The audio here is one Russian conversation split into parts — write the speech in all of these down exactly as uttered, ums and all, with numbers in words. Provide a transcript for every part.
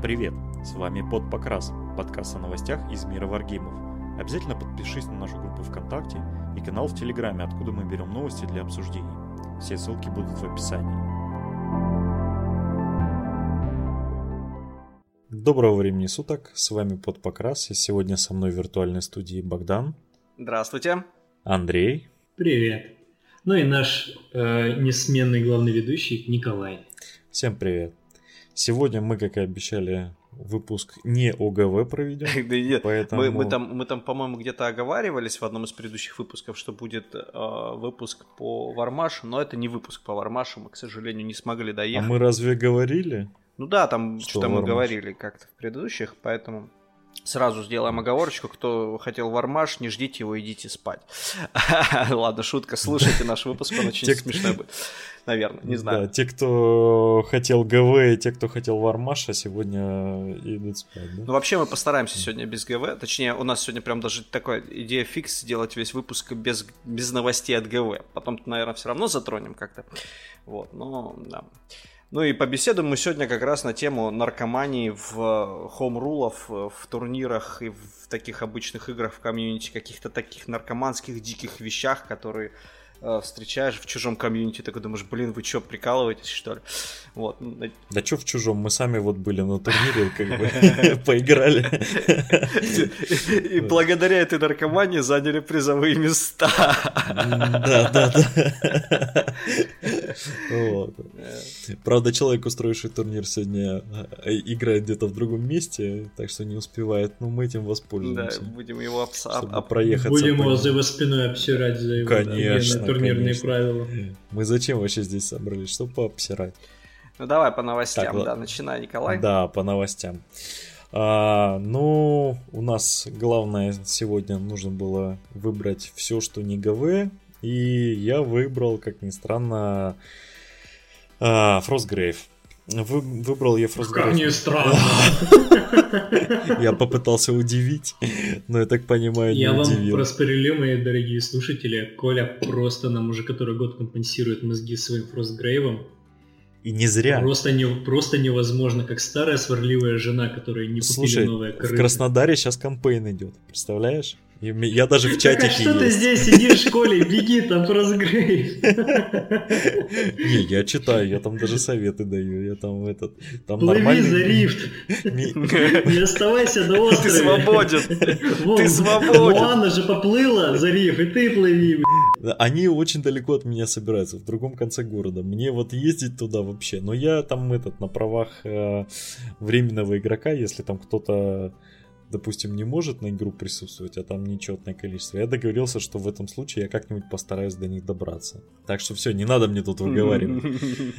Привет! С вами Под Покрас, подкаст о новостях из мира варгеймов. Обязательно подпишись на нашу группу ВКонтакте и канал в Телеграме, откуда мы берем новости для обсуждений. Все ссылки будут в описании. Доброго времени суток, с вами Под Покрас, и сегодня со мной в виртуальной студии Богдан. Здравствуйте. Андрей. Привет. Ну и наш э, несменный главный ведущий Николай. Всем привет. Сегодня мы, как и обещали, выпуск не о ГВ проведем. Да нет, поэтому... мы, мы, там, мы там, по-моему, где-то оговаривались в одном из предыдущих выпусков, что будет э, выпуск по Вармашу, но это не выпуск по Вармашу, мы, к сожалению, не смогли доехать. А мы разве говорили? Ну да, там что что-то мы Вармаш? говорили как-то в предыдущих, поэтому сразу сделаем оговорочку. Кто хотел Вармаш, не ждите его, идите спать. Ладно, шутка, слушайте наш выпуск, он очень смешной будет. Наверное, не знаю. Да, те, кто хотел ГВ, и те, кто хотел Вармаша, сегодня идут спать, да? Ну, вообще, мы постараемся сегодня без ГВ. Точнее, у нас сегодня прям даже такая идея фикс сделать весь выпуск без, без новостей от ГВ. Потом, наверное, все равно затронем как-то. Вот, ну, да. Ну и побеседуем мы сегодня как раз на тему наркомании в хоум-рулов, в турнирах и в таких обычных играх в комьюнити, каких-то таких наркоманских диких вещах, которые э, встречаешь в чужом комьюнити, такой думаешь, блин, вы что, прикалываетесь, что ли? Вот. Да что в чужом, мы сами вот были на турнире, как бы поиграли. И благодаря этой наркомании заняли призовые места. Да, да, да. Вот. Правда, человек, устроивший турнир, сегодня играет где-то в другом месте, так что не успевает. Но мы этим воспользуемся. Да, будем его обсуждать. проехаться. Будем его за его спиной обсирать за его конечно, турнирные конечно. правила. Мы зачем вообще здесь собрались? Чтобы пообсирать. Ну давай по новостям, так, да, начинай, Николай. Да, по новостям. А, ну, у нас главное сегодня нужно было выбрать все, что не ГВ. И я выбрал, как ни странно, Frostgrave. Вы, выбрал я Frostgrave. Как ни странно. Я попытался удивить, но я так понимаю, не я удивил. Я вам проспорилю, мои дорогие слушатели. Коля просто нам уже который год компенсирует мозги своим Frostgrave'ом. И не зря. Просто, не, просто невозможно, как старая сварливая жена, которая не купили Слушай, новое корыто. в Краснодаре сейчас кампейн идет, представляешь? Я даже в чатике есть. А что есть. ты здесь сидишь в школе? Беги, там Frostgrave. Не, я читаю, я там даже советы даю. Я там этот... Там Плыви нормальный... за рифт. Не оставайся на острове. Ты свободен. Ты свободен. Луана же поплыла за риф, и ты плыви. Они очень далеко от меня собираются, в другом конце города. Мне вот ездить туда вообще. Но я там этот на правах э, временного игрока, если там кто-то, допустим, не может на игру присутствовать, а там нечетное количество. Я договорился, что в этом случае я как-нибудь постараюсь до них добраться. Так что все, не надо мне тут выговаривать.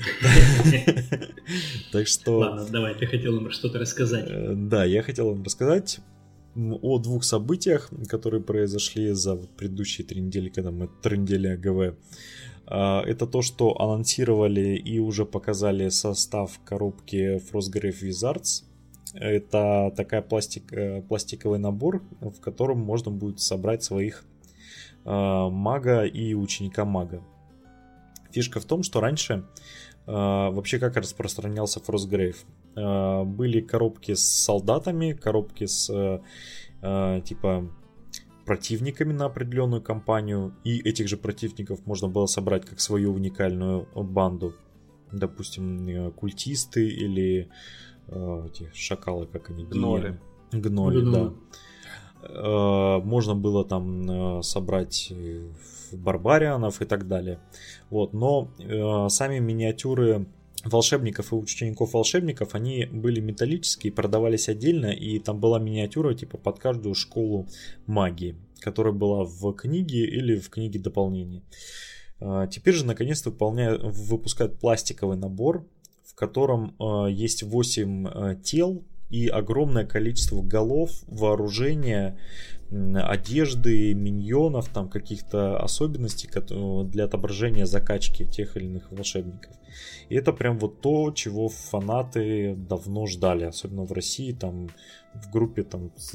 Так что... Ладно, давай, ты хотел нам что-то рассказать. Да, я хотел вам рассказать о двух событиях, которые произошли за вот предыдущие три недели, когда мы трындели о ГВ. Это то, что анонсировали и уже показали состав коробки Frostgrave Wizards. Это такая пластик, пластиковый набор, в котором можно будет собрать своих мага и ученика мага. Фишка в том, что раньше вообще как распространялся Frostgrave. Были коробки с солдатами, коробки с типа противниками на определенную кампанию, и этих же противников можно было собрать как свою уникальную банду. Допустим, культисты или эти шакалы, как они, гноли. Гноли, да. Можно было там собрать барбарианов и так далее. Вот, но сами миниатюры волшебников и учеников волшебников, они были металлические, продавались отдельно, и там была миниатюра типа под каждую школу магии, которая была в книге или в книге дополнения. Теперь же наконец-то выполняют, выпускают пластиковый набор, в котором есть восемь тел и огромное количество голов, вооружения, одежды, миньонов, там каких-то особенностей для отображения закачки тех или иных волшебников. И это прям вот то, чего фанаты давно ждали, особенно в России, там в группе там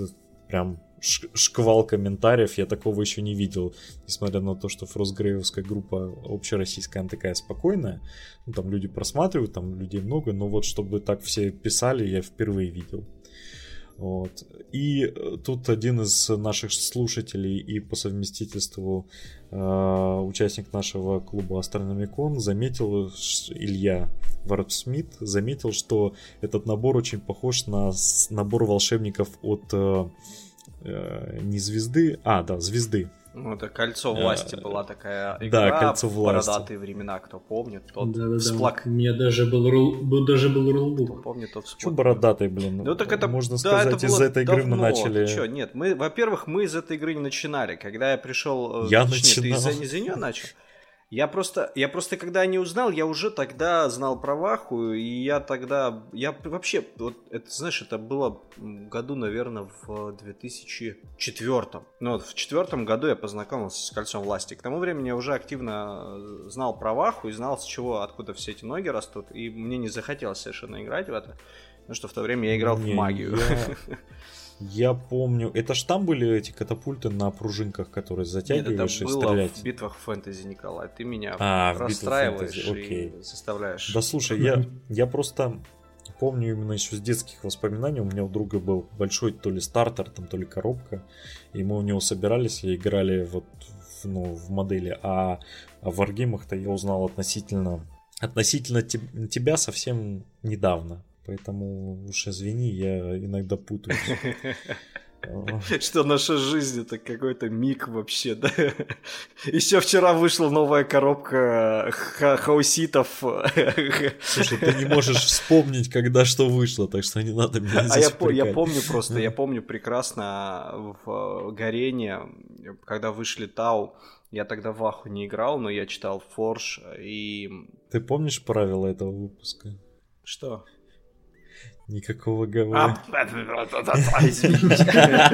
прям шквал комментариев, я такого еще не видел, несмотря на то, что Frostgrave'овская группа общероссийская, она такая спокойная, ну, там люди просматривают, там людей много, но вот чтобы так все писали, я впервые видел. Вот. И тут один из наших слушателей и по совместительству э, участник нашего клуба Астрономикон заметил, Илья Варпсмит заметил, что этот набор очень похож на набор волшебников от э, э, не звезды, а да, звезды. Ну, это «Кольцо власти» а, была такая игра, да, «Кольцо власти». В бородатые времена, кто помнит, тот да, да, всплак. Да. У меня даже был, рул, был, даже был рулбук. Помнит, тот всплак. Чё бородатый, блин? Ну, так это, можно да, сказать, это из этой игры давно. мы начали... Чё, нет, мы, во-первых, мы из этой игры не начинали. Когда я пришел... Я точнее, начинал. Ты из-за, из-за нее начал? Я просто, я просто, когда не узнал, я уже тогда знал про Ваху, и я тогда, я вообще, вот, это, знаешь, это было году, наверное, в две тысячи четвёртом. Ну, вот в четвертом году я познакомился с «Кольцом власти». К тому времени я уже активно знал про Ваху и знал, с чего, откуда все эти ноги растут, и мне не захотелось совершенно играть в это, потому что в то время я играл не, в магию. Я... Я помню, это ж там были эти катапульты на пружинках, которые затягиваешь. Нет, это и было стрелять. В битвах фэнтези, Николай. Ты меня а, расстраиваешь и заставляешь. Да слушай, я, я просто помню именно еще с детских воспоминаний. У меня у друга был большой то ли стартер, там, то ли коробка. И мы у него собирались и играли вот в, ну, в модели. А в варгеймах-то я узнал относительно, относительно te- тебя совсем недавно. Поэтому уж извини, я иногда путаюсь. Что наша жизнь это какой-то миг вообще, да? Еще вчера вышла новая коробка ха- хауситов. Слушай, ты не можешь вспомнить, когда что вышло, так что не надо меня здесь А я, упрекать. я помню просто, я помню прекрасно в Гарене, когда вышли Тау, я тогда в Аху не играл, но я читал Форж и... Ты помнишь правила этого выпуска? Что? Никакого ГВ. Извините.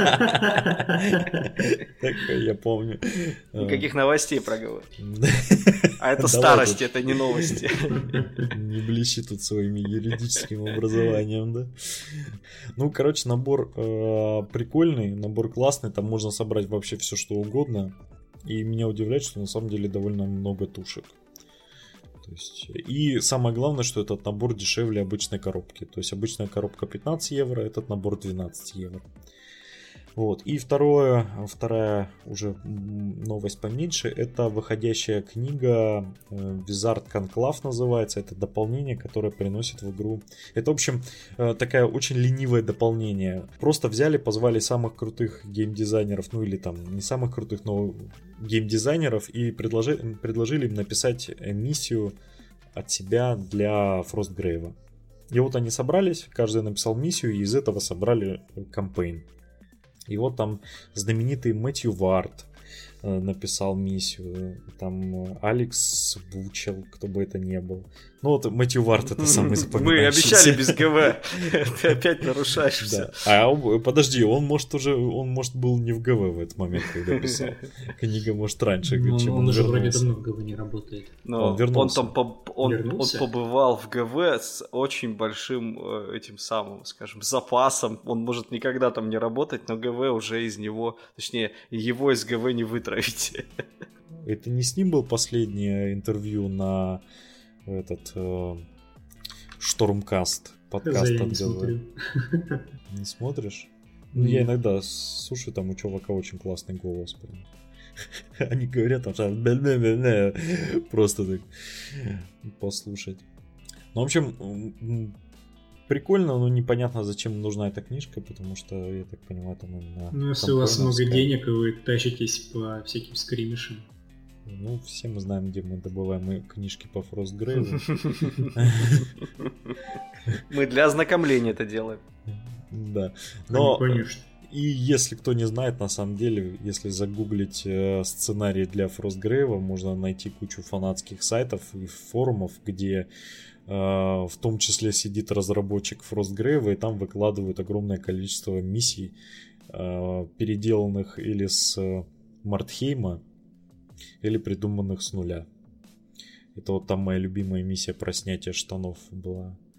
Так, я помню. Никаких новостей про ГВ. А это старость, это не новости. Не блещи тут своими юридическим образованием, да? Ну, короче, набор прикольный, набор классный, там можно собрать вообще все, что угодно. И меня удивляет, что на самом деле довольно много тушек. То есть, и самое главное, что этот набор дешевле обычной коробки. То есть обычная коробка пятнадцать евро, этот набор двенадцать евро. Вот. И второе, вторая уже новость поменьше, это выходящая книга Wizard Conclave называется. Это дополнение, которое приносит в игру. Это, в общем, такая очень ленивое дополнение. Просто взяли, позвали самых крутых геймдизайнеров, ну или там не самых крутых, но геймдизайнеров и предложили, предложили им написать миссию от себя для Frostgrave. И вот они собрались, каждый написал миссию, и из этого собрали кампейн. И вот там знаменитый Мэтью Вард э, написал миссию, там Алекс Бучел, кто бы это ни был. Ну вот Мэтью Вард это самый запоминающийся. Мы обещали без ГВ, ты опять нарушаешь все. А подожди, он может уже, он может был не в ГВ в этот момент, когда писал. Книга может раньше, чем он уже вроде давно в ГВ не работает. Он вернулся. Он побывал в ГВ с очень большим этим самым, скажем, запасом. Он может никогда там не работать, но ГВ уже из него, точнее, его из ГВ не вытравить. Это не с ним был последнее интервью на этот э, Штормкаст, подкаст от ГВ. Не смотришь? Ну, я иногда слушаю, там у чувака очень классный голос. Прям. Они говорят там, что просто так послушать. Ну, в общем, прикольно, но непонятно, зачем нужна эта книжка, потому что, я так понимаю, там именно... Ну, если у вас много денег, и вы тащитесь по всяким скримишам. Ну, все мы знаем, где мы добываем книжки по Frostgrave. Мы для ознакомления это делаем. Да. Но, конечно. И если кто не знает, на самом деле, если загуглить э, сценарий для Frostgrave, можно найти кучу фанатских сайтов и форумов, где э, в том числе сидит разработчик Frostgrave, и там выкладывают огромное количество миссий, э, переделанных или с Мартхейма, или придуманных с нуля. Это вот там моя любимая миссия про снятие штанов была.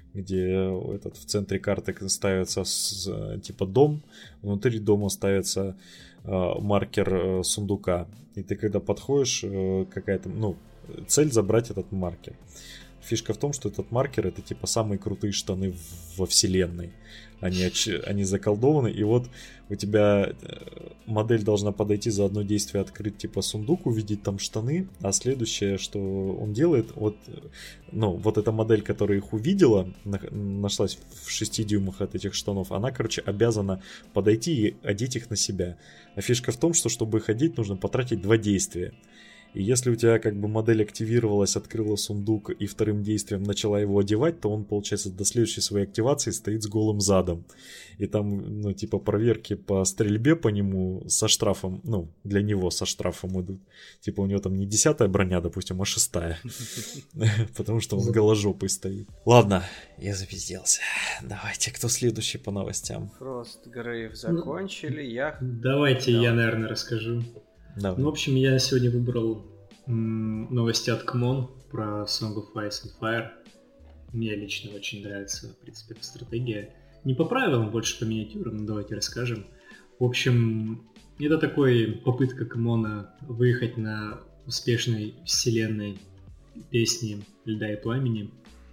где этот, в центре карты ставится с, типа дом, внутри дома ставится э, маркер э, сундука. И ты когда подходишь, э, какая-то, ну, цель забрать этот маркер. Фишка в том, что этот маркер это типа самые крутые штаны во вселенной. Они, они заколдованы, и вот у тебя модель должна подойти за одно действие, открыть типа сундук, увидеть там штаны, а следующее, что он делает, вот, ну, вот эта модель, которая их увидела, нашлась в шести дюймах от этих штанов, она, короче, обязана подойти и одеть их на себя. А фишка в том, что чтобы их одеть, нужно потратить два действия. И если у тебя как бы модель активировалась, открыла сундук и вторым действием начала его одевать, то он, получается, до следующей своей активации стоит с голым задом. И там, ну, типа, проверки по стрельбе по нему со штрафом, ну, для него со штрафом идут. Типа, у него там не десятая броня, допустим, а шестая. Потому что он с голожопой стоит. Ладно, я запизделся. Давайте, кто следующий по новостям? Frostgrave закончили, я... Давайте я, наверное, расскажу. Давай. Ну, в общем, я сегодня выбрал м- новости от Кмон про Song of Ice and Fire. Мне лично очень нравится, в принципе, эта стратегия. Не по правилам, больше по миниатюрам, но давайте расскажем. В общем, это такая попытка Кмона выехать на успешной вселенной песни «Льда и пламени»,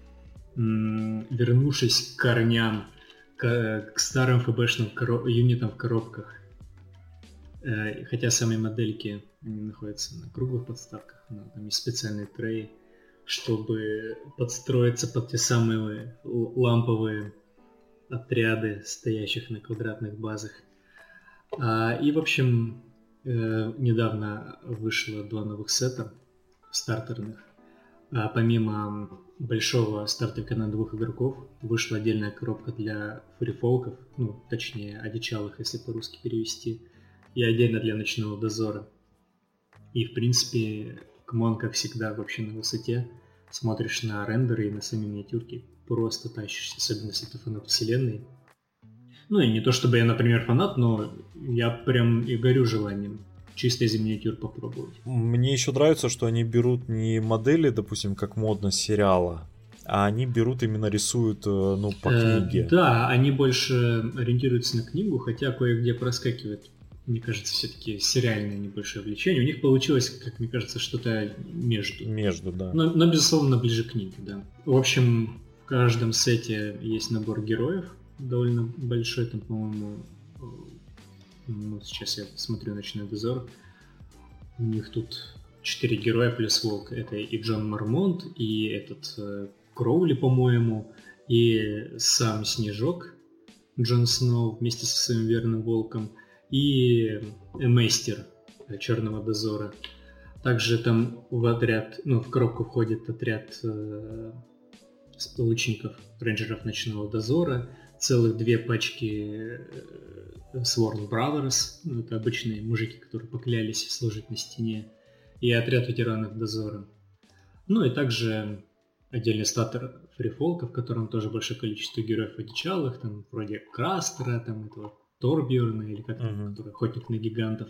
м- вернувшись к корням, к, к старым ФБшным коро- юнитам в коробках. Хотя самые модельки находятся на круглых подставках, но там есть специальные треи, чтобы подстроиться под те самые ламповые отряды, стоящих на квадратных базах. И, в общем, недавно вышло два новых сета стартерных. Помимо большого стартерка на двух игроков, вышла отдельная коробка для фрифолков, ну, точнее, одичалых, если по-русски перевести, и отдельно для ночного дозора. И, в принципе, Кмон, как всегда, вообще на высоте. Смотришь на рендеры и на сами миниатюрки, просто тащишься, особенно если ты фанат вселенной. Ну и не то чтобы я, например, фанат, но я прям и горю желанием чисто из-за миниатюр попробовать. Мне еще нравится, что они берут не модели, допустим, как модно сериала, а они берут именно рисуют, ну, по книге. Э, да, они больше ориентируются на книгу, хотя кое-где проскакивает, мне кажется, все-таки сериальное небольшое влечение. У них получилось, как мне кажется, что-то между. Между, да. Но, но безусловно, ближе к книге, да. В общем, в каждом сете есть набор героев, довольно большой, там, по-моему, ну, сейчас я смотрю «Ночной дозор», у них тут четыре героя плюс волк. Это и Джон Мармонт, и этот э, Кроули, по-моему, и сам Снежок, Джон Сноу вместе со своим верным волком, и Мейстер Черного дозора. Также там в отряд, ну, в коробку входит отряд э, лучников, рейнджеров Ночного дозора, целых две пачки э, Sworn Brothers, ну, это обычные мужики, которые поклялись служить на стене, и отряд ветеранов дозора. Ну и также отдельный статер фрифолка, в котором тоже большое количество героев одичалых, там вроде Крастера, там этого Торбьерна, или как там, uh-huh. который охотник на гигантов.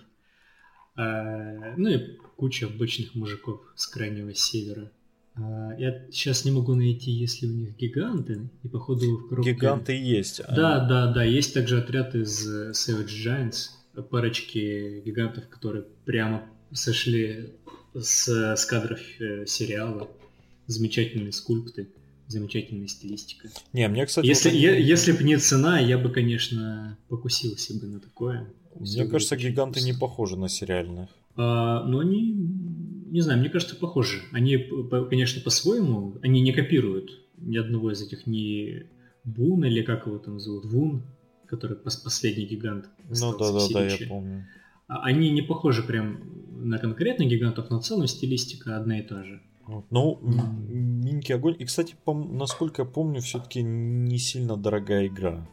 А, ну и куча обычных мужиков с крайнего севера. А, я сейчас не могу найти, есть ли у них гиганты, и походу в коробке... Гиганты есть. Да, они... да, да, есть также отряд из Savage Giants, парочки гигантов, которые прямо сошли с, с кадров сериала. Замечательные скульпты, замечательная стилистика. Не, мне, кстати... Если, вот... я, если бы не цена, я бы, конечно, покусился бы на такое. Мне Все кажется, гиганты вкусно. Не похожи на сериальных. А, но они, не знаю, мне кажется, похожи. Они, конечно, по-своему, они не копируют ни одного из этих, ни Бун, или как его там зовут, Вун, который последний гигант. Ну да-да-да, я помню. Они не похожи прям на конкретных гигантов, но в целом стилистика одна и та же. Ну, mm. Минки огонь. И, кстати, пом- насколько я помню, все-таки не сильно дорогая игра.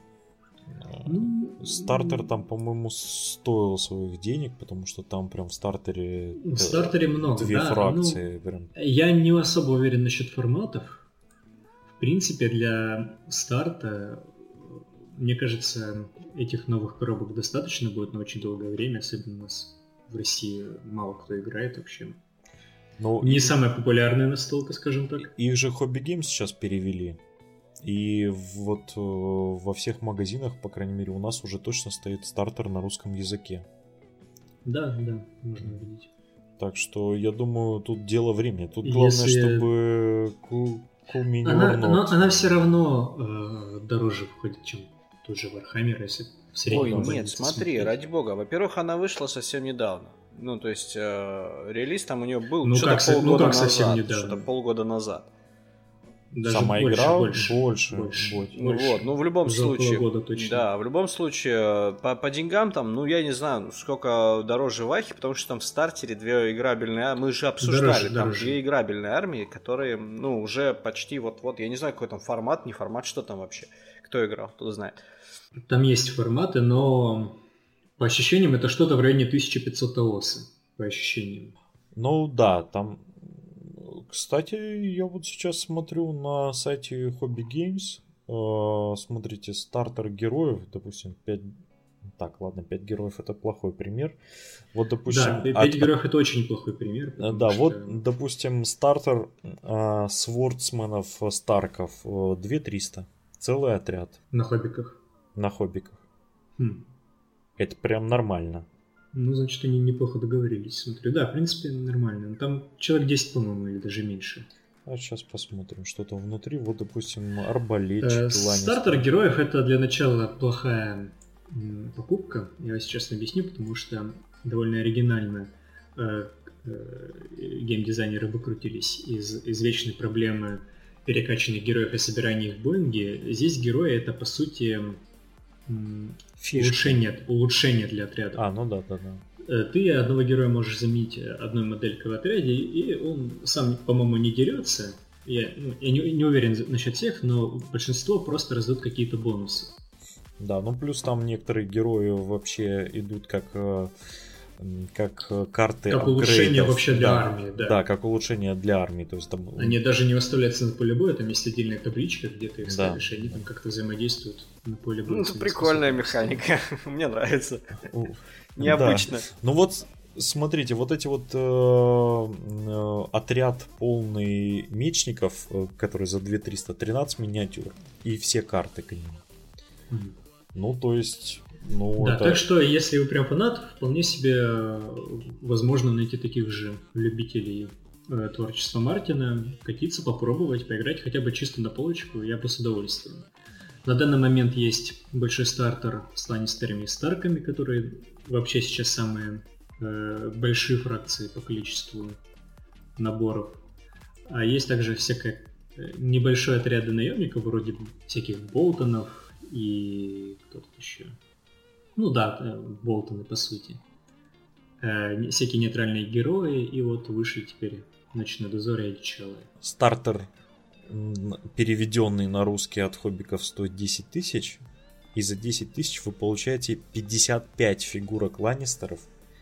Mm. Стартер там, по-моему, стоил своих денег, потому что там прям в стартере... В стартере много, две да, фракции. Ну, прям. Я не особо уверен насчет форматов. В принципе, для старта, мне кажется, этих новых коробок достаточно будет на очень долгое время, особенно у нас в России мало кто играет вообще. Ну, не и... самая популярная настолка, скажем так. Их же Hobby Games сейчас перевели. И вот во всех магазинах, по крайней мере, у нас уже точно стоит стартер на русском языке. Да, да, можно увидеть. Так что я думаю, тут дело времени. Тут главное, Если... чтобы cool, cool mini она, она, она все равно э, дороже входит, чем тот же Warhammer, если в среднем. Ой, нет, смотри, смотреть. Ради бога. Во-первых, она вышла совсем недавно. Ну, то есть, э, релиз там у нее был ну, что-то как, полгода ну, как назад. Совсем недавно. Что-то полгода назад. Даже Сама больше, игра больше, больше, больше, больше. Ну больше. вот, ну в любом За случае, года точно. Да, в любом случае по, по деньгам там, ну я не знаю, сколько дороже Вахи, потому что там в стартере две играбельные армии, мы же обсуждали, дороже, там дороже. две играбельные армии, которые, ну уже почти вот-вот, я не знаю какой там формат, не формат, что там вообще, кто играл, кто знает. Там есть форматы, но по ощущениям это что-то в районе тысяча пятьсот ООСа, по ощущениям. Ну да, там... Кстати, я вот сейчас смотрю на сайте Hobby Games. Э, смотрите, стартер героев, допустим, пять... Так, ладно, пять героев это плохой пример. Вот, допустим... Да, пять от... героев это очень плохой пример. Да, что... вот, допустим, стартер э, свордсменов Старков э, две тысячи триста. Целый отряд. На хоббиках. На хоббиках. Хм. Это прям нормально. Ну, значит, они неплохо договорились. Смотрю, да, в принципе, нормально. Там человек десять, по-моему, или даже меньше. А сейчас посмотрим, что там внутри. Вот, допустим, арбалетчики, э, Ланнистер. Стартер героев это для начала плохая м, покупка. Я вас сейчас объясню, потому что довольно оригинально э, э, геймдизайнеры выкрутились из извечной проблемы перекачанных героев и собирания их в Боинге. Здесь герои это, по сути... Улучшение, улучшение для отряда. А, ну да, да, да. Ты одного героя можешь заменить одной моделькой в отряде, и он сам, по-моему, не дерется. Я, ну, я не, не уверен насчет всех, но большинство просто раздают какие-то бонусы. Да, ну плюс там некоторые герои вообще идут как, как карты Как апгрейдов. улучшение вообще для да, армии, да. Да, как улучшение для армии. То есть, там... Они даже не выставляются на поле боя, там есть отдельная табличка, где ты их да. ставишь, и они там как-то взаимодействуют на поле боя. Ну, это прикольная механика, мне нравится. Необычно. Да. Ну вот, смотрите, вот эти вот э, э, отряд полный мечников, э, который за две тысячи триста, тринадцать миниатюр, и все карты к ним. Mm-hmm. Ну, то есть... Ну, да, это... так что, если вы прям фанат, вполне себе возможно найти таких же любителей э, творчества Мартина, катиться, попробовать, поиграть хотя бы чисто на полочку, я бы с удовольствием. На данный момент есть большой стартер с Ланнистерами и Старками, которые вообще сейчас самые э, большие фракции по количеству наборов. А есть также всякое небольшое отряды наемников, вроде всяких Болтонов и кто-то еще... Ну да, Болтоны, по сути. Э, всякие нейтральные герои, и вот выше теперь Ночной дозор и Одичалые. Стартер, переведенный на русский от хоббиков, стоит десять тысяч. И за десять тысяч вы получаете пятьдесят пять фигурок Ланнистеров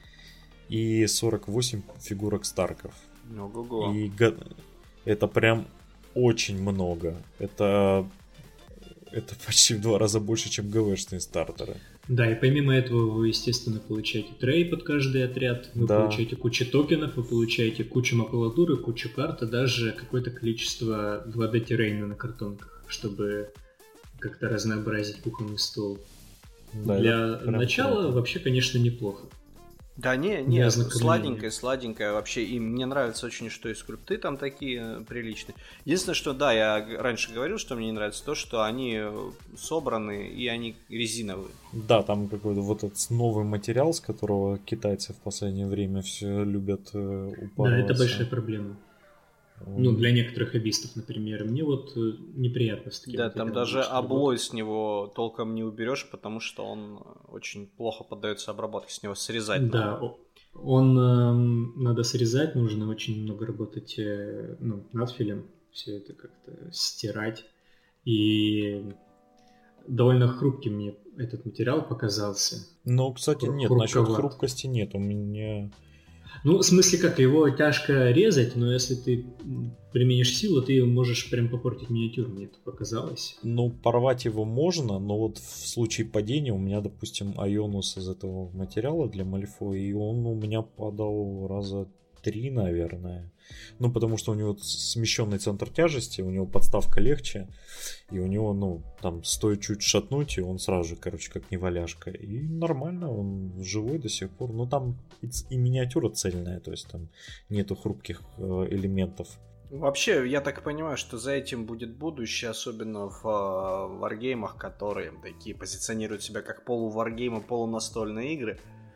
и сорок восемь фигурок Старков. Ого-го. И это прям очень много. Это... Это почти в два раза больше, чем ГВшные стартеры. Да, и помимо этого вы, естественно, получаете трей под каждый отряд, вы да. получаете кучу токенов, вы получаете кучу макулатуры, кучу карт, а даже какое-то количество два дэ-террейна на картонках, чтобы как-то разнообразить кухонный стол. Да, Для начала круто. Вообще, конечно, неплохо. Да не, не, сладенькая, сладенькая вообще, и мне нравится очень, что и скрипты там такие приличные. Единственное, что, да, я раньше говорил, что мне не нравится то, что они собраны и они резиновые. Да, там какой-то вот этот новый материал, с которого китайцы в последнее время все любят упарываться. Да, это большая проблема. Ну, для некоторых хоббистов, например. Мне вот неприятно с таким. Да, там даже облой с него толком не уберешь, потому что он очень плохо поддается обработке, с него срезать да, надо. Он э, надо срезать, нужно очень много работать э, ну, над филем, все это как-то стирать. И довольно хрупким мне этот материал показался. Ну, кстати, нет, Хрупковат. Насчет хрупкости нет. У меня... Ну, в смысле как, его тяжко резать, но если ты применишь силу, ты можешь прям попортить миниатюру, мне это показалось. Ну, порвать его можно, но вот в случае падения у меня, допустим, Айонус из этого материала для Малифоя, и он у меня падал раза три, наверное. Ну, потому что у него смещенный центр тяжести, у него подставка легче, и у него, ну, там, стоит чуть шатнуть, и он сразу же, короче, как неваляшка. И нормально, он живой до сих пор. Но там и, и миниатюра цельная, то есть там нету хрупких э, элементов. Вообще, я так понимаю, что за этим будет будущее, особенно в э, варгеймах, которые такие позиционируют себя как полуваргеймы, полунастольные игры.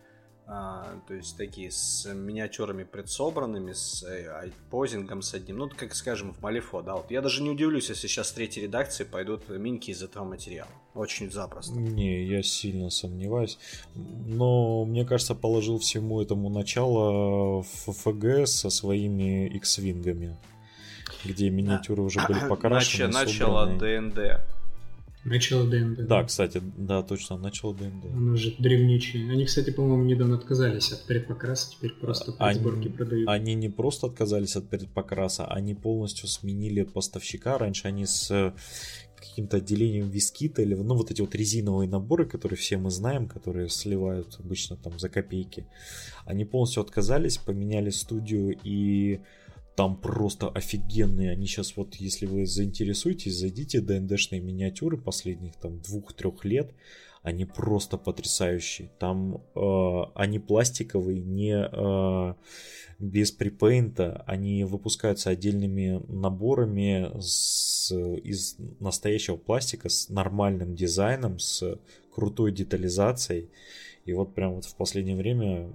А, то есть такие с миниатюрами предсобранными, с э, позингом с одним, ну, как скажем, в Малифо, да, вот я даже не удивлюсь, если сейчас в третьей редакции пойдут миньки из этого материала, очень запросто. Не, я сильно сомневаюсь, но мне кажется, положил всему этому начало в эф джи со своими X-вингами, где миниатюры уже были покрашены, начало ДНД. Начало ДНД. Да, кстати, да, точно, начало ДНД. Он уже древнючий. Они, кстати, по-моему, недавно отказались от предпокраса, теперь просто предсборки продают. Они не просто отказались от предпокраса, они полностью сменили поставщика. Раньше они с каким-то отделением вискита или, ну, вот эти вот резиновые наборы, которые все мы знаем, которые сливают обычно там за копейки, они полностью отказались, поменяли студию, и там просто офигенные. Они сейчас вот, если вы заинтересуетесь, зайдите ДНДшные миниатюры последних там двух-трех лет. Они просто потрясающие. Там э, они пластиковые, не э, без припейнта. Они выпускаются отдельными наборами с, из настоящего пластика с нормальным дизайном, с крутой детализацией. И вот прям вот в последнее время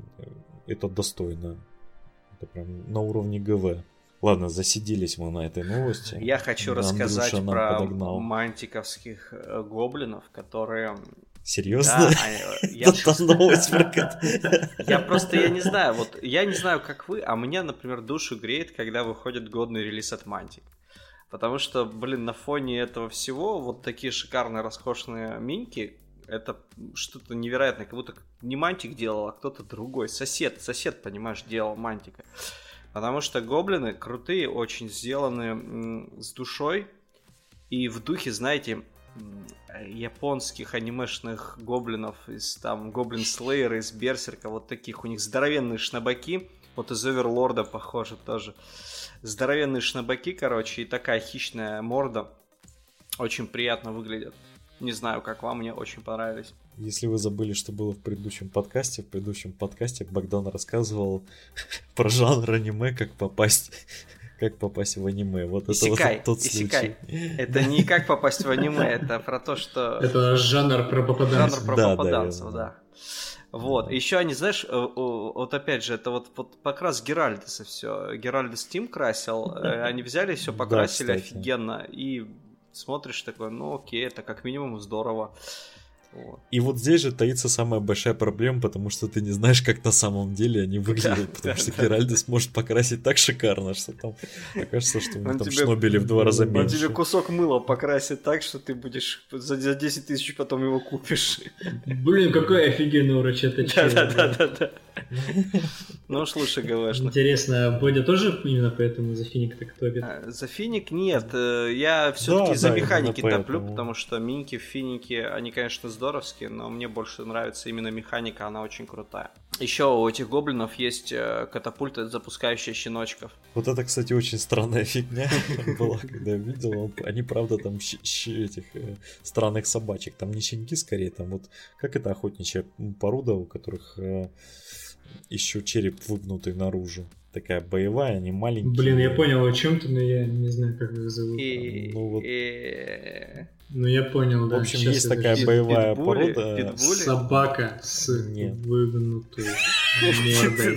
это достойно. Прям на уровне ГВ. Ладно, засиделись мы на этой новости. Я хочу Андрюша рассказать про подогнал. мантиковских гоблинов, которые... Серьезно? Да, я, там новость про Я просто, я не знаю, вот я не знаю, как вы, а мне, например, душу греет, когда выходит годный релиз от Мантик. Потому что, блин, на фоне этого всего вот такие шикарные, роскошные миньки, это что-то невероятное, как будто не Мантик делал, а кто-то другой. Сосед, сосед, понимаешь, делал Мантика. Потому что гоблины крутые, очень сделаны м, с душой. И в духе, знаете, м, японских анимешных гоблинов, из там Гоблин Слеера, из Берсерка, вот таких. У них здоровенные шнабаки. Вот из Оверлорда похоже тоже. Здоровенные шнабаки, короче, и такая хищная морда. Очень приятно выглядят. Не знаю, как вам, мне очень понравились. Если вы забыли, что было в предыдущем подкасте, в предыдущем подкасте Богдан рассказывал про жанр аниме, как попасть, как попасть в аниме. Вот исекай, это вот тот исекай. случай. Это не как попасть в аниме, это про то, что... Это жанр про попаданцев. Жанр про да, попаданцев, да. да. Вот, еще они, знаешь, вот опять же, это вот, вот покрас Геральдиса все. Геральдис Тим красил, они взяли все, покрасили да, офигенно, и смотришь такой, ну окей, это как минимум здорово. Вот. И вот здесь же таится самая большая проблема, потому что ты не знаешь, как на самом деле они выглядят, да, потому да, что да. Геральдис может покрасить так шикарно, что там окажется, что у него там тебе, шнобели в два раза меньше. Он тебе кусок мыла покрасит так, что ты будешь за десять тысяч потом его купишь. Блин, какой офигенный уроч это чел. Да-да-да. Ну, слушай, ГВшно. Интересно, Бодя тоже именно поэтому за финик так топит? За финик нет, я все-таки за механики топлю, потому что миньки, финики, они, конечно, здоровские, но мне больше нравится именно механика, она очень крутая. Еще у этих гоблинов есть катапульта, запускающая щеночков. Вот это, кстати, очень странная фигня была, когда я видел. Они, правда, там этих странных собачек. Там не щенки, скорее, там вот как это охотничья порода, у которых еще череп выгнутый наружу. Такая боевая, они маленькие. Блин, я понял о чем ты, но я не знаю, как их зовут. И... Ну, вот... и... ну я понял, да. В общем, сейчас есть такая пит- боевая питбули, порода. Питбули? Собака с Нет. выгнутой мордой.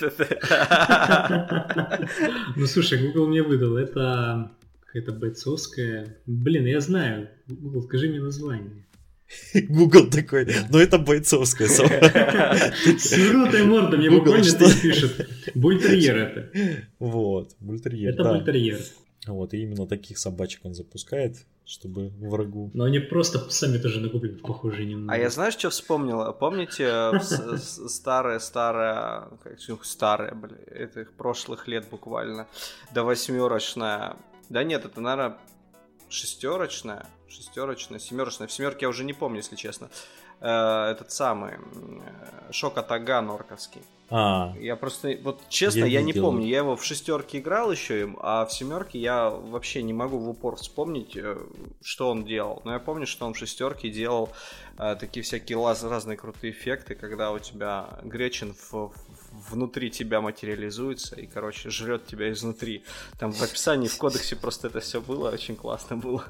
Ну слушай, Google мне выдал, это какая-то бойцовская. Блин, я знаю. Google, скажи мне название. Google такой, ну это бойцовская собака. С выгнутой мордой, мне буквально здесь пишет. Бультерьер это. Вот, бультерьер, это да. бультерьер. Вот, и именно таких собачек он запускает, чтобы врагу. Но они просто сами тоже на гоблинов похожи немного. А я знаешь, что вспомнила? Помните старая-старая, старая, блин, этих прошлых лет буквально, до восьмерочная. Да нет, это, наверное, шестерочная, шестерочная, семерочная. В семерке я уже не помню, если честно. Э, этот самый Shoka Tagан орковский. А, Я просто, вот честно, я, я не помню. Я его в шестерке играл еще им, а в семерке я вообще не могу в упор вспомнить, что он делал. Но я помню, что он в шестерке делал э, такие всякие лаз, разные крутые эффекты, когда у тебя Гречин в, в, внутри тебя материализуется и, короче, жрет тебя изнутри. Там в описании, в кодексе просто это все было, очень классно было.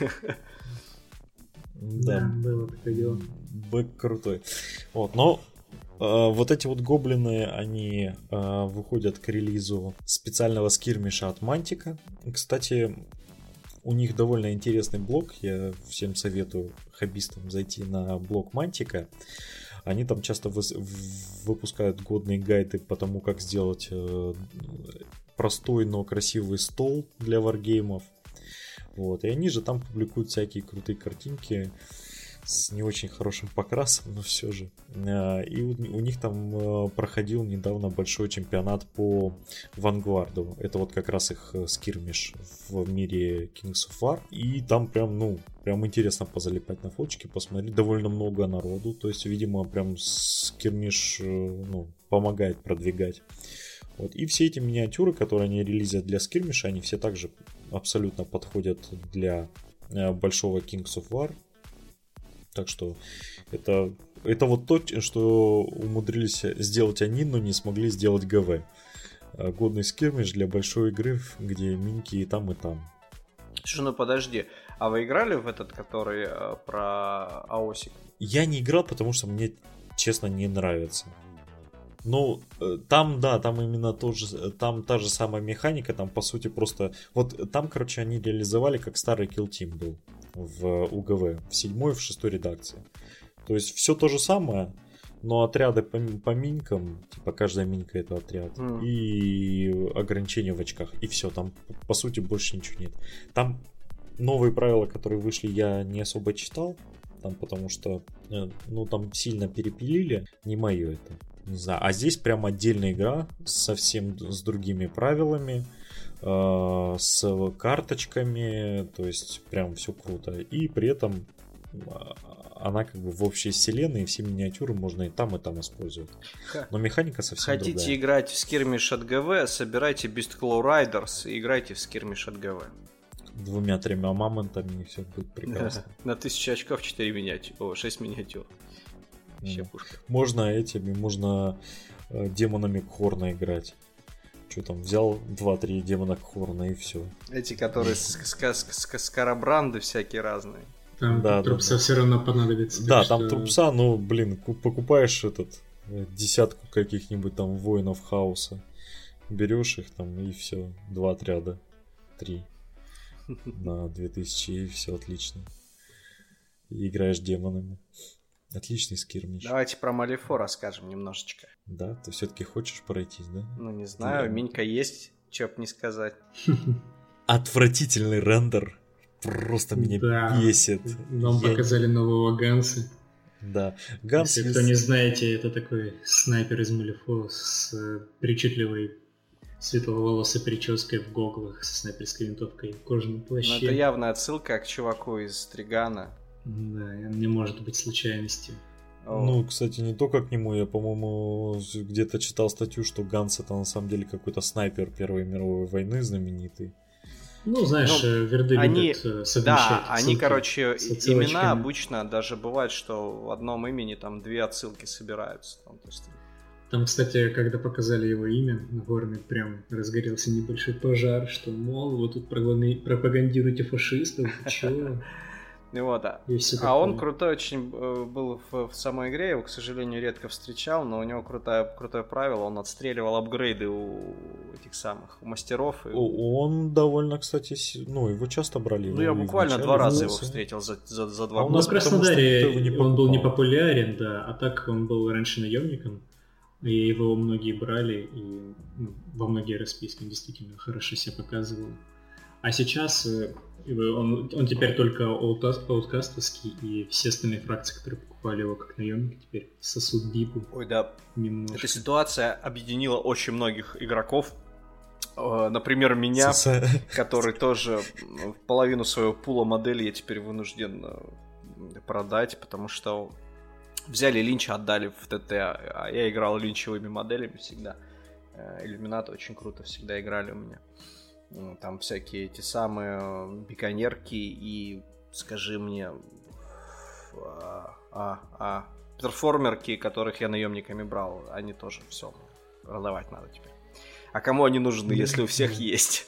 Да, было такое дело. Бэк крутой. Вот, но э, вот эти вот гоблины, они э, выходят к релизу специального скирмиша от Мантика. Кстати, у них довольно интересный блог. Я всем советую хоббистам зайти на блог Мантика. Они там часто вы, выпускают годные гайды по тому, как сделать э, простой, но красивый стол для варгеймов. Вот. И они же там публикуют всякие крутые картинки с не очень хорошим покрасом, но все же. И у них там проходил недавно большой чемпионат по Вангварду. Это вот как раз их скирмиш в мире Kings of War. И там прям, ну, прям интересно позалипать на фоточки, посмотреть. Довольно много народу. То есть, видимо, прям скирмиш, ну, помогает продвигать. Вот. И все эти миниатюры, которые они релизят для скирмиша, они все также абсолютно подходят для большого Kings of War. Так что это, это вот то, что умудрились сделать они, но не смогли сделать ГВ. Годный скирмиш для большой игры, где миньки и там, и там. Слушай, ну подожди, а вы играли в этот, который э, про АОСик? Я не играл, потому что мне, честно, не нравится. Ну, там, да, там именно тот же, там та же самая механика, там, по сути, просто... Вот там, короче, они реализовали, как старый Kill Team был в УГВ, в седьмой и в шестой редакции. То есть, все то же самое, но отряды по, по минькам, типа, каждая минька это отряд, mm. и ограничения в очках, и все, там, по сути, больше ничего нет. Там новые правила, которые вышли, я не особо читал, там, потому что, ну, там сильно перепилили, не мое это. Не знаю, а здесь прям отдельная игра совсем с другими правилами, э, с карточками, то есть прям все круто. И при этом она как бы в общей вселенной, и все миниатюры можно и там, и там использовать. Но механика совсем Хотите другая. играть в скирмиш от ГВ, собирайте Beastclaw Riders и играйте в скирмиш от ГВ. Двумя-тремя мамонтами, и все будет прекрасно. На тысячу очков четыре миниатюры, о, шесть миниатюр. Вообще пушка. Можно этими, можно э, демонами Кхорна играть. Что там, взял два-три демона Кхорна и все. Эти, которые скоробранды всякие разные. Там да, трупса да, все да. равно понадобится. Да, там что... трупса, ну, блин, покупаешь этот десятку каких-нибудь там воинов хаоса, берешь их там и все, два отряда, три на две тысячи и все отлично. И играешь демонами. Отличный скирмиш. Давайте про Малифо расскажем немножечко. Да, ты все-таки хочешь пройтись, да? Ну, не знаю, да. Минька есть, чё б не сказать. Отвратительный рендер. Просто меня да. бесит. Нам Я... показали нового Ганса. Да. Ганс... Если кто не знаете, это такой снайпер из Малифо с причудливой светловолосой прической в гоглах, со снайперской винтовкой в кожаном плаще. Ну, это явная отсылка к чуваку из Тригана. Да, не может быть случайностью. О. Ну, кстати, не только к нему. Я, по-моему, где-то читал статью, что Ганс это на самом деле какой-то снайпер Первой мировой войны знаменитый. Ну, знаешь, ну, верды они, любят совмещать. Да, они, короче, имена обычно даже бывает, что в одном имени там две отсылки собираются. Там, то есть... там, кстати, когда показали его имя, на форуме прям разгорелся небольшой пожар, что, мол, вы тут пропагандируете фашистов, чё? Вот, а, а он крутой очень был в, в самой игре, я его, к сожалению, редко встречал, но у него крутое, крутое правило, он отстреливал апгрейды у этих самых, у мастеров. И... Он довольно, кстати, ну, его часто брали. Ну, я буквально два раза его встретил за, за, за два года. А у нас в Краснодаре он был не популярен, да, а так он был раньше наемником, и его многие брали, и ну, во многие расписки действительно хорошо себя показывал. А сейчас... Он, он теперь только ауткастовский, и все остальные фракции, которые покупали его как наемник, теперь сосут бипу. Ой, да. Немножко. Эта ситуация объединила очень многих игроков. Например, меня, который тоже половину своего пула моделей я теперь вынужден продать, потому что взяли Линча, отдали в ТТ, а я играл линчевыми моделями всегда. Иллюминаты очень круто всегда играли у меня. Там всякие эти самые биконерки и, скажи мне, а, а, а, перформерки, которых я наемниками брал, они тоже все продавать надо теперь. А кому они нужны, если у всех есть?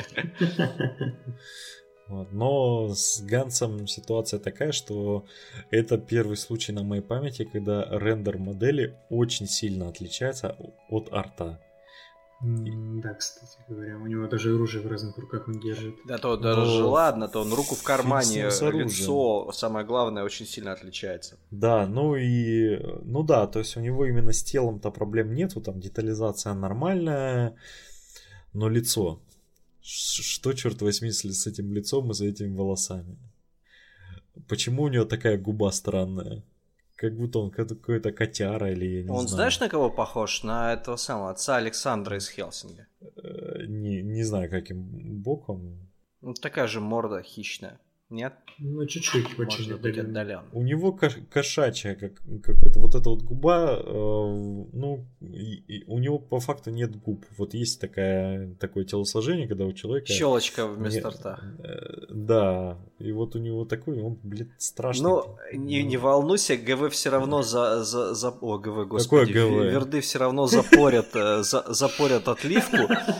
Вот. Но с Гансом ситуация такая, что это первый случай на моей памяти, когда рендер модели очень сильно отличается от арта. Mm, да, кстати говоря, у него даже оружие в разных руках он держит. Да, то даже Но... ладно, то он руку в кармане, лицо, самое главное, очень сильно отличается. Да, ну и, ну да, то есть у него именно с телом-то проблем нету, там детализация нормальная, но лицо, что, черт возьми, с этим лицом и за этими волосами? Почему у него такая губа странная? Как будто он какой-то котяра или я не он знаю. Знаешь, на кого похож? На этого самого отца Александра из Хелсинга. Не, не знаю, каким боком. Ну, такая же морда хищная. Нет? Ну, чуть-чуть, очень отдаленно. У него кош- кошачья как, какая-то вот эта вот губа, э, ну, и, и у него по факту нет губ. Вот есть такая, такое телосложение, когда у человека... Щелочка вместо не, рта. Э, да, и вот у него такой, он, блин, страшный. Ну, не, не волнуйся, ГВ все равно за... за, за... О, ГВ, господи. Какое ГВ? Верды все равно запорят, за, запорят отливку.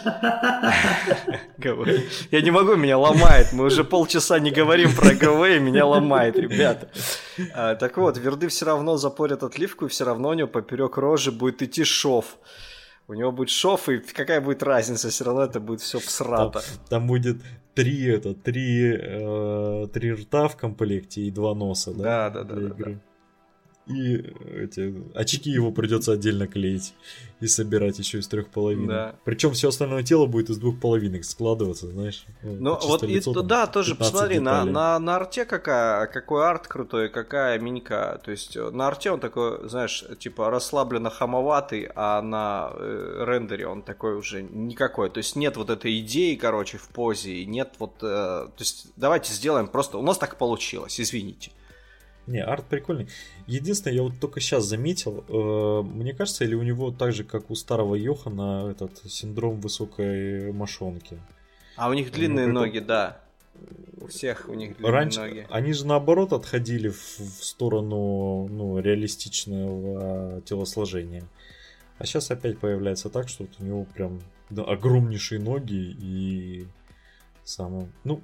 ГВ. Я не могу, меня ломает. Мы уже полчаса не говорим про ГВ, и меня ломает, ребята. А, так вот, верды все равно запорят отливку, и все равно у него поперек рожи будет идти шов. У него будет шов, и какая будет разница, все равно это будет все всрато. Там, там будет три, это, три, э, три рта в комплекте и два носа, да? Да, да, да, да, да. И эти очки его придется отдельно клеить и собирать еще из трех половинок. Да. Причем все остальное тело будет из двух половинок складываться, знаешь. Ну вот и лицо, да, тоже посмотри, на, на, на арте какая, какой арт крутой, какая минька. То есть на арте он такой, знаешь, типа расслабленно хамоватый, а на э, рендере он такой уже никакой. То есть нет вот этой идеи, короче, в позе, нет вот... Э, то есть давайте сделаем просто... У нас так получилось, извините. Не, арт прикольный. Единственное, я вот только сейчас заметил, э, мне кажется, или у него так же, как у старого Йохана, этот синдром высокой мошонки. А у них длинные ну, ноги, это... да. У всех у них длинные Раньше ноги. Они же наоборот отходили в, в сторону ну, реалистичного телосложения. А сейчас опять появляется так, что вот у него прям да, огромнейшие ноги и самое... Ну...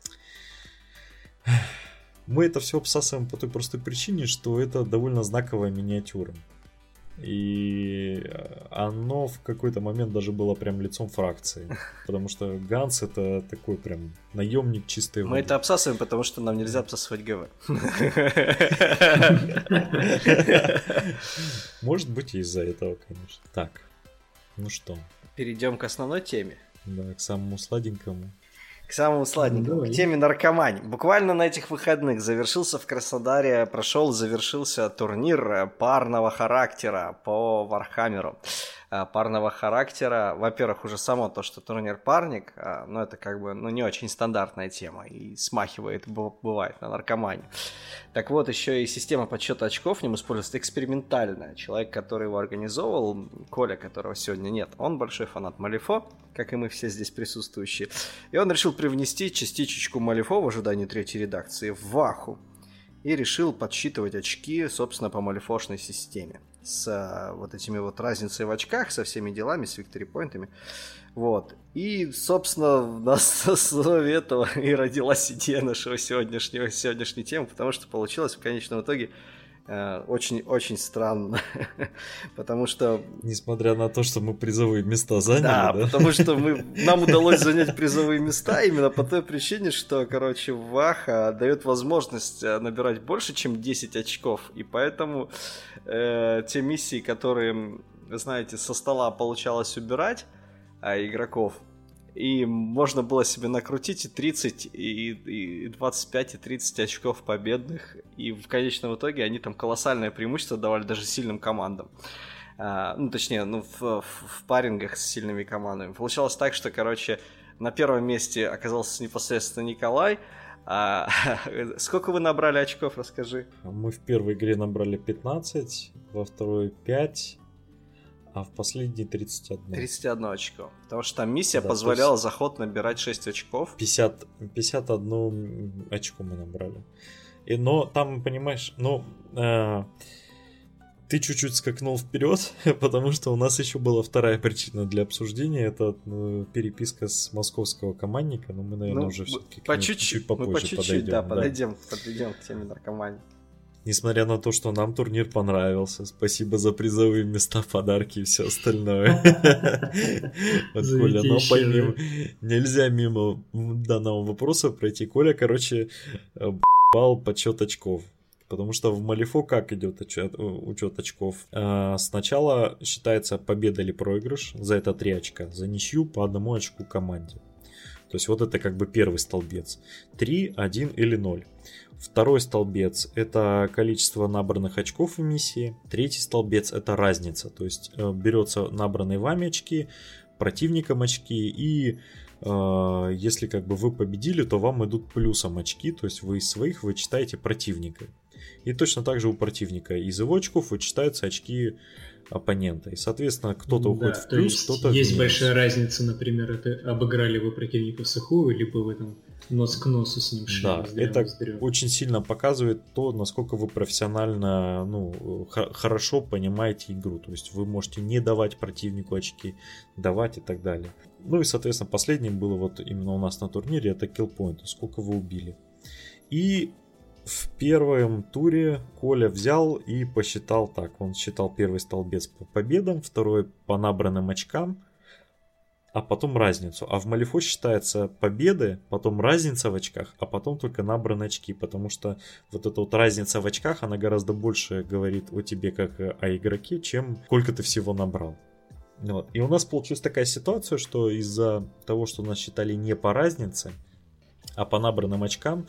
Мы это все обсасываем по той простой причине, что это довольно знаковая миниатюра. И оно в какой-то момент даже было прям лицом фракции. Потому что Ганс это такой прям наемник чистой воды. Мы это обсасываем, потому что нам нельзя обсасывать ГВ. Может быть и из-за этого, конечно. Так, ну что? Перейдем к основной теме. Да, к самому сладенькому. К самому сладенькому, к теме наркомании. Буквально на этих выходных завершился в Краснодаре, прошел, завершился турнир парного характера по Вархаммеру. Парного характера, во-первых, уже само то, что турнир парник, ну это как бы ну, не очень стандартная тема и смахивает, бывает, на наркоманию. Так вот, еще и система подсчета очков в нем используется экспериментальная. Человек, который его организовывал, Коля, которого сегодня нет, он большой фанат Малифо, как и мы все здесь присутствующие. И он решил привнести частичечку Малифо в ожидании третьей редакции в Ваху. И решил подсчитывать очки, собственно, по малифошной системе. С а, вот этими вот разницей в очках, со всеми делами, с виктори-поинтами. Вот. И, собственно, на основе этого и родилась идея нашего сегодняшнего, сегодняшней темы, потому что получилось в конечном итоге очень-очень э, странно. Потому что... Несмотря на то, что мы призовые места заняли, да? Да, потому что мы, нам удалось занять призовые места именно по той причине, что, короче, Ваха дает возможность набирать больше, чем десять очков. И поэтому э, те миссии, которые, знаете, со стола получалось убирать а, игроков, и можно было себе накрутить и тридцать, и, и двадцать пять, и тридцать очков победных, и в конечном итоге они там колоссальное преимущество давали даже сильным командам. А, ну, точнее, ну, в, в, в парингах с сильными командами. Получалось так, что, короче, на первом месте оказался непосредственно Николай. А, сколько вы набрали очков, расскажи? Мы в первой игре набрали пятнадцать, во второй пять, а в последней тридцать один. тридцать одно очко. Потому что там миссия да, позволяла за ход набирать шесть очков. пятьдесят, пятьдесят одно очко мы набрали. И, но там, понимаешь, ну... Э, ты чуть-чуть скакнул вперед, потому что у нас еще была вторая причина для обсуждения. Это ну, переписка с московского командника. Но мы, наверное, ну, уже все-таки по чуть-чуть, чуть-чуть попозже мы по чуть-чуть, подойдем. да, да, подойдем, подойдем к теме наркомании. Несмотря на то, что нам турнир понравился. Спасибо за призовые места, подарки и все остальное. Коля, но пойми, нельзя мимо данного вопроса пройти. Коля, короче, бал подсчет очков. Потому что в Малифо как идет учет, учет очков? А, сначала считается победа или проигрыш, за это три очка, за ничью по одному очку команде. То есть вот это как бы первый столбец. три, один или ноль. Второй столбец это количество набранных очков в миссии. Третий столбец это разница. То есть берется набранные вами очки, противником очки и... если как бы вы победили, то вам идут плюсом очки, то есть вы из своих вычитаете противника. И точно так же у противника из его очков вычитаются очки оппонента. И, соответственно, кто-то уходит да, в плюс, есть, кто-то в минус. Есть большая разница, например, это обыграли вы противника в сухую, либо вы там нос к носу с ним шли. Да, это очень сильно показывает то, насколько вы профессионально, ну, х- хорошо понимаете игру. То есть вы можете не давать противнику очки, давать и так далее. Ну и, соответственно, последним было вот именно у нас на турнире, это киллпоинт, сколько вы убили. И в первом туре Коля взял и посчитал так. Он считал первый столбец по победам, второй по набранным очкам, а потом разницу. А в Малифо считается победы, потом разница в очках, а потом только набранные очки. Потому что вот эта вот разница в очках, она гораздо больше говорит о тебе как о игроке, чем сколько ты всего набрал. Вот. И у нас получилась такая ситуация, что из-за того, что нас считали не по разнице, а по набранным очкам,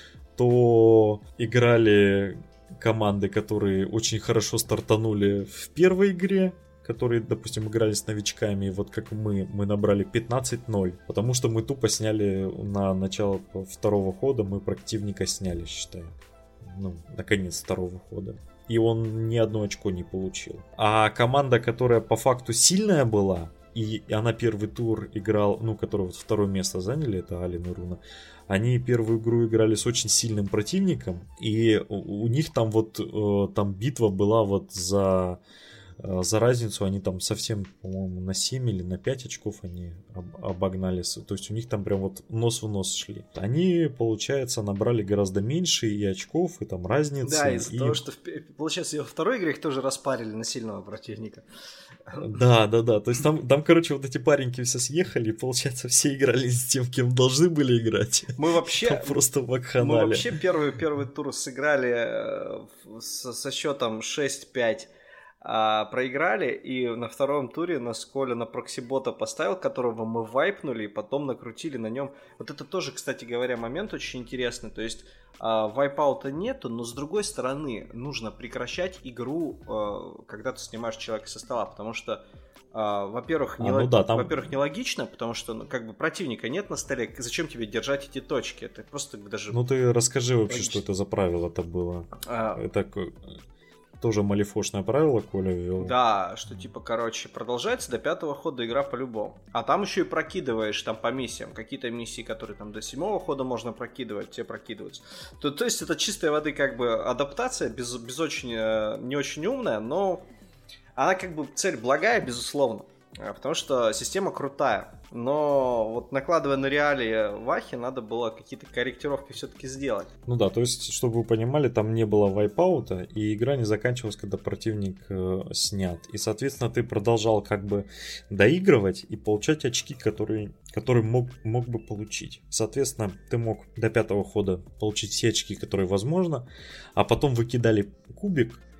то играли команды, которые очень хорошо стартанули в первой игре, которые, допустим, играли с новичками, вот как мы, мы набрали пятнадцать ноль, потому что мы тупо сняли на начало второго хода, мы противника сняли, считаю. Ну, наконец, второго хода. И он ни одно очко не получил. А команда, которая по факту сильная была, и она первый тур играл, ну, которые вот второе место заняли, это Ален и Руна, они первую игру играли с очень сильным противником, и у, у них там вот э, там битва была вот за, э, за разницу, они там совсем, по-моему, на семь или на пять очков они об, обогнали, то есть у них там прям вот нос в нос шли. Они, получается, набрали гораздо меньше и очков, и там разницы. Да, из-за и... того, что, получается, во второй игре их тоже распарили на сильного противника. Да, да, да. То есть там, там, короче, вот эти пареньки все съехали, и, получается, все играли с тем, кем должны были играть. Мы вообще... Там просто вакханалия. Мы вообще первый, первый тур сыграли со, со счетом шесть пять. А, проиграли, и на втором туре нас Коля на прокси-бота поставил, которого мы вайпнули, и потом накрутили на нем. Вот это тоже, кстати говоря, момент очень интересный. То есть а, вайпаута нету, но с другой стороны нужно прекращать игру, а, когда ты снимаешь человека со стола, потому что, а, во-первых, а, нелог... ну да, там... во-первых, нелогично, потому что ну, как бы противника нет на столе, зачем тебе держать эти точки? Это просто даже... Ну ты расскажи вообще, логично. Что это за правило-то было. А... Это... Тоже малифошное правило Коля ввел. Да, что типа, короче, продолжается до пятого хода игра по-любому. А там еще и прокидываешь там по миссиям. Какие-то миссии, которые там до седьмого хода можно прокидывать, те прокидываются. То, то есть это чистой воды как бы адаптация, без, без очень, не очень умная, но она как бы цель благая, безусловно. Потому что система крутая. Но вот накладывая на реалии Вахи, надо было какие-то корректировки все-таки сделать. Ну да, то есть, чтобы вы понимали, там не было вайпаута, и игра не заканчивалась, когда противник э, снят. И, соответственно, ты продолжал как бы доигрывать и получать очки, которые, которые мог, мог бы получить. Соответственно, ты мог до пятого хода получить все очки, которые возможно, а потом выкидали кубик,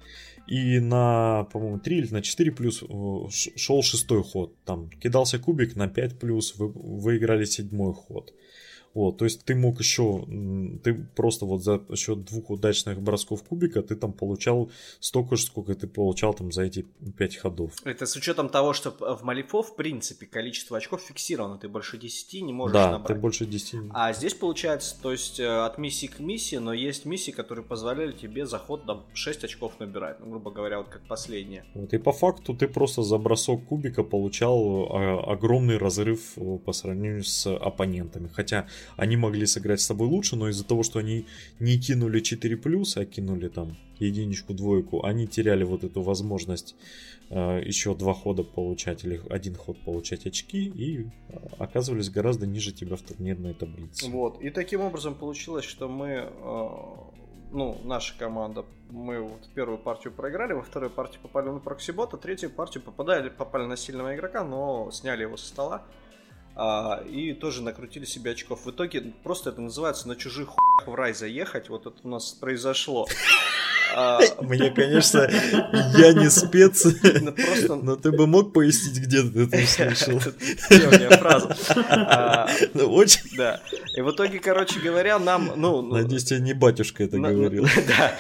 И на, по-моему, три или на четыре плюс шел шестой ход. Там кидался кубик на пять плюс, вы выиграли седьмой ход. Вот, то есть ты мог еще, ты просто вот за счет двух удачных бросков кубика ты там получал столько же, сколько ты получал там за эти пять ходов. Это с учетом того, что в Малифо, в принципе, количество очков фиксировано, ты больше десяти не можешь да, набрать. Да, ты больше десяти. А здесь получается, то есть от миссии к миссии, но есть миссии, которые позволяли тебе за ход там шесть очков набирать, ну, грубо говоря, вот как последняя. Вот, и по факту ты просто за бросок кубика получал огромный разрыв по сравнению с оппонентами, хотя они могли сыграть с тобой лучше, но из-за того, что они не кинули четыре плюс, а кинули там единичку, двойку, они теряли вот эту возможность э, еще два хода получать или один ход получать очки и оказывались гораздо ниже тебя в турнирной таблице. Вот, и таким образом получилось, что мы, э, ну, наша команда, мы вот первую партию проиграли, во второй партии попали на проксибота, третью партию попадали, попали на сильного игрока, но сняли его со стола. А, и тоже накрутили себе очков. В итоге просто это называется на чужих хуях в рай заехать. Вот это у нас произошло. Мне, конечно, я не спец, но ты бы мог пояснить, где ты это услышал. Древняя фраза. Очень. Да. И в итоге, короче говоря, нам... Надеюсь, тебе не батюшка это говорил. Да.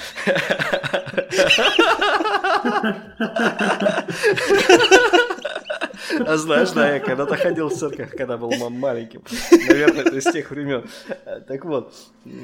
А знаешь, да, я когда-то ходил в церковь, когда был маленьким. Наверное, это из тех времен. Так вот,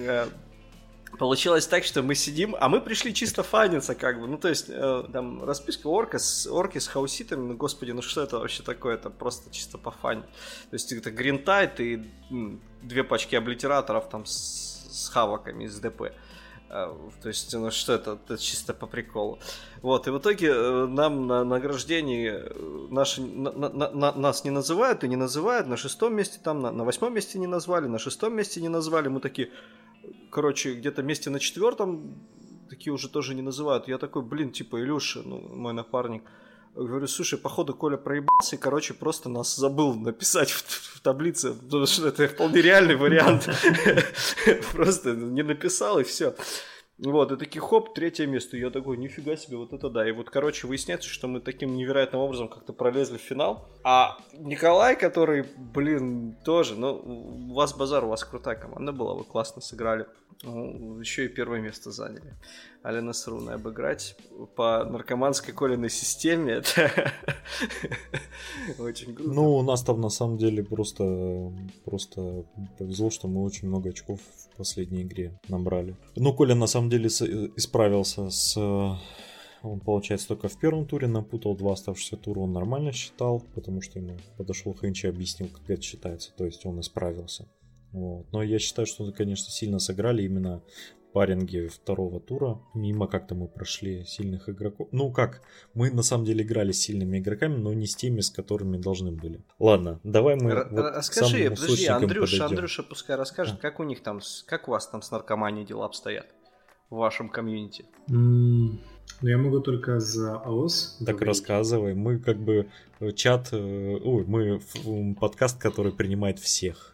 получилось так, что мы сидим, а мы пришли чисто фаниться, как бы. Ну, то есть, там, расписка орка с, орки с хауситами, ну, господи, ну что это вообще такое? Это просто чисто по фане. То есть, это гринтайт и две пачки облитераторов там с, с хаваками из ДП. То есть, ну что это, это чисто по приколу. Вот, и в итоге нам на награждении наши, на, на, на, нас не называют и не называют, на шестом месте там, на, на восьмом месте не назвали, на шестом месте не назвали, мы такие, короче, где-то месте на четвертом такие уже тоже не называют. Я такой, блин, типа, Илюша, ну, мой напарник, говорю, слушай, походу Коля проебался и, короче, просто нас забыл написать в, в таблице, потому что это вполне реальный вариант. Просто не написал и все. Вот, и такие, хоп, третье место. И я такой, нифига себе, вот это да. И вот, короче, выясняется, что мы таким невероятным образом как-то пролезли в финал. А Николай, который, блин, тоже, ну, у вас базар, у вас крутая команда была, вы классно сыграли. Ну, еще и первое место заняли. Алена Сруна обыграть по наркоманской Колиной системе, это очень круто. Ну, у нас там на самом деле просто, просто повезло, что мы очень много очков в последней игре набрали. Ну, Коля на самом деле исправился с... Он, получается, только в первом туре напутал, два оставшихся тура он нормально считал, потому что ему подошел Хэнчи и объяснил, как это считается, то есть он исправился. Вот. Но я считаю, что, конечно, сильно сыграли именно паринги второго тура. Мимо как-то мы прошли сильных игроков. Ну как, мы на самом деле играли с сильными игроками, но не с теми, с которыми должны были. Ладно, давай мы Р- вот Расскажи, к подожди, Андрюша, подойдем. Андрюша пускай расскажет, а. как у них там, как у вас там с наркоманией дела обстоят в вашем комьюнити? Mm. Ну, я могу только за АОС Так говорить. Рассказывай. Мы как бы чат... Ой, мы подкаст, который принимает всех.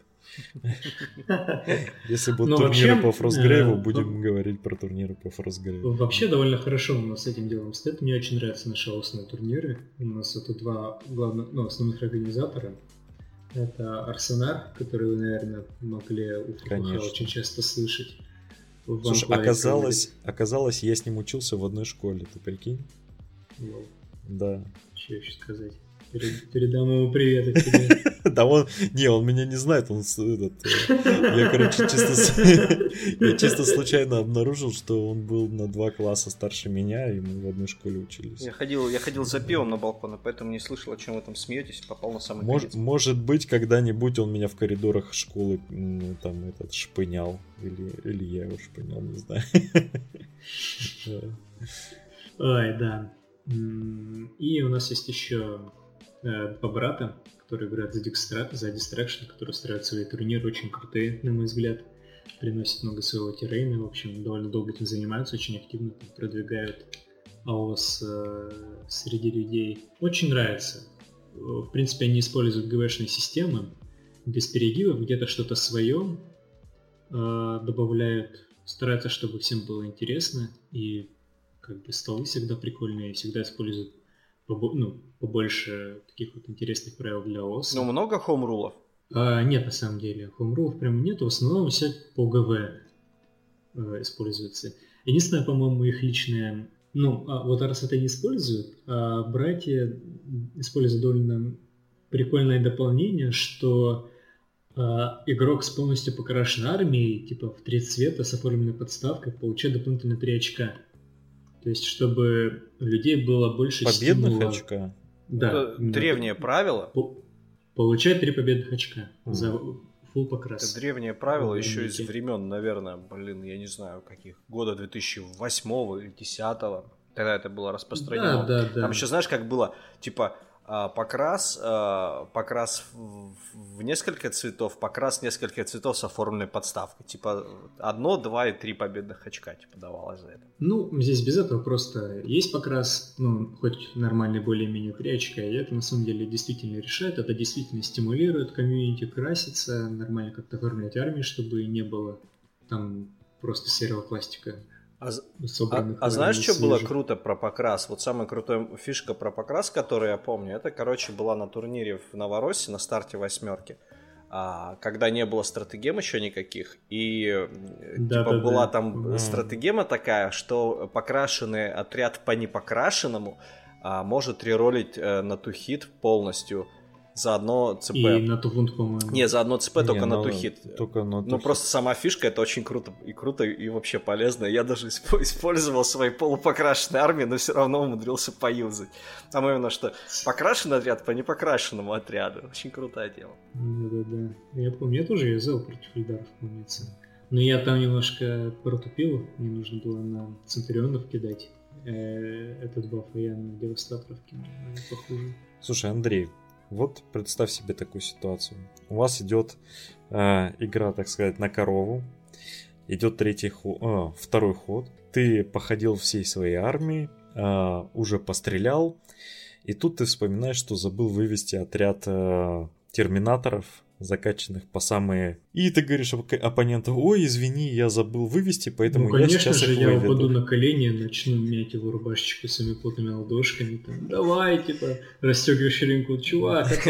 Если будут Но турниры вообще, по Фростгрейву, э, будем ну, говорить про турниры по Фростгрейву. Вообще довольно хорошо у нас с этим делом стоит. Мне очень нравятся наши АОСные турниры. У нас это два главных, ну, основных организатора. Это Арсенар, который вы, наверное, могли у Фуха очень часто слышать. Слушай, оказалось, оказалось, я с ним учился в одной школе, ты прикинь? Wow. Да. Что еще сказать? Передам ему привет от тебя. Да он, не, он меня не знает, он этот, я, короче, чисто, я чисто случайно обнаружил, что он был на два класса старше меня, и мы в одной школе учились. Я ходил, я ходил за пивом на балкон, поэтому не слышал, о чем вы там смеетесь, попал на самый Мож, конец. Может быть, когда-нибудь он меня в коридорах школы, ну, там, этот, шпынял, или, или я его шпынял, не знаю. Ой, да. И у нас есть еще два брата, которые играют за, Дикстра... за Distraction, которые устраивают свои турниры, очень крутые, на мой взгляд, приносят много своего террейна, в общем, довольно долго этим занимаются, очень активно продвигают АОС э, среди людей. Очень нравится. В принципе, они используют ГВшные системы без перегибов, где-то что-то свое э, добавляют, стараются, чтобы всем было интересно, и как бы столы всегда прикольные, всегда используют побо- ну, побольше таких вот интересных правил для ООС. Ну, много хоум-рулов? А, нет, на самом деле, хоум-рулов прям нет, в основном все по ГВ э, используются. Единственное, по-моему, их личное... Ну, а вот раз это не используют, а братья используют довольно прикольное дополнение, что а, игрок с полностью покрашенной армией, типа в три цвета с оформленной подставкой, получает дополнительно три очка. То есть, чтобы у людей было больше победных стимула... очка? Да. Это древнее правило? По- получает три победных очка Mm. за фулл покрас. Это древнее правило в еще из Америке. времен, наверное, блин, я не знаю, каких, года две тысячи восьмого или две тысячи десятого. Тогда это было распространено. Да, да, да. Там еще, знаешь, как было, типа, а, покрас, а, покрас в, в несколько цветов, покрас несколько цветов с оформленной подставкой. Типа, одно, два и три победных очка, типа, давалось за это. Ну, здесь без этого просто есть покрас, ну, хоть нормальный более-менее три очка, и это на самом деле действительно решает, это действительно стимулирует комьюнити краситься, нормально как-то оформлять армию, чтобы не было там просто серого пластика. А, собранных, а, а знаешь, что свежих. было круто про покрас? Вот самая крутая фишка про покрас, которую я помню, это, короче, была на турнире в Новороссии на старте восьмерки, а, когда не было стратегем еще никаких, и да, типа да, была да. там Mm. стратегема такая, что покрашенный отряд по непокрашенному а, может реролить а, на ту-хит полностью за одно ЦП. И на ту-фунт, по-моему. Не, за одно ЦП, только Не, на ну, ту-хит. Только на Ну, ту-хит. просто сама фишка, это очень круто, и круто, и вообще полезно. Я даже исп- использовал свои полупокрашенные армии, но все равно умудрился поюзать. Там именно что покрашенный отряд по непокрашенному отряду. Очень крутое дело. Да-да-да. Я помню, я тоже юзал против Эльдаров, помнится. Но я там немножко протупил, мне нужно было на Центурионов кидать э, этот баф, а я на Девастаторов кинул, наверное, похуже. Слушай, Андрей, вот представь себе такую ситуацию. У вас идет э, игра, так сказать, на корову. Идет третий ход, э, второй ход. Ты походил всей своей армией, э, уже пострелял. И тут ты вспоминаешь, что забыл вывести отряд э, терминаторов, закачанных по самые... И ты говоришь оп- оппоненту: ой, извини, я забыл вывести, поэтому ну, я конечно сейчас же, их я выведу. упаду на колени, начну мять его рубашечку с потными ладошками. Там, давай, типа, расстегиваю ширинку. Чувак, как ты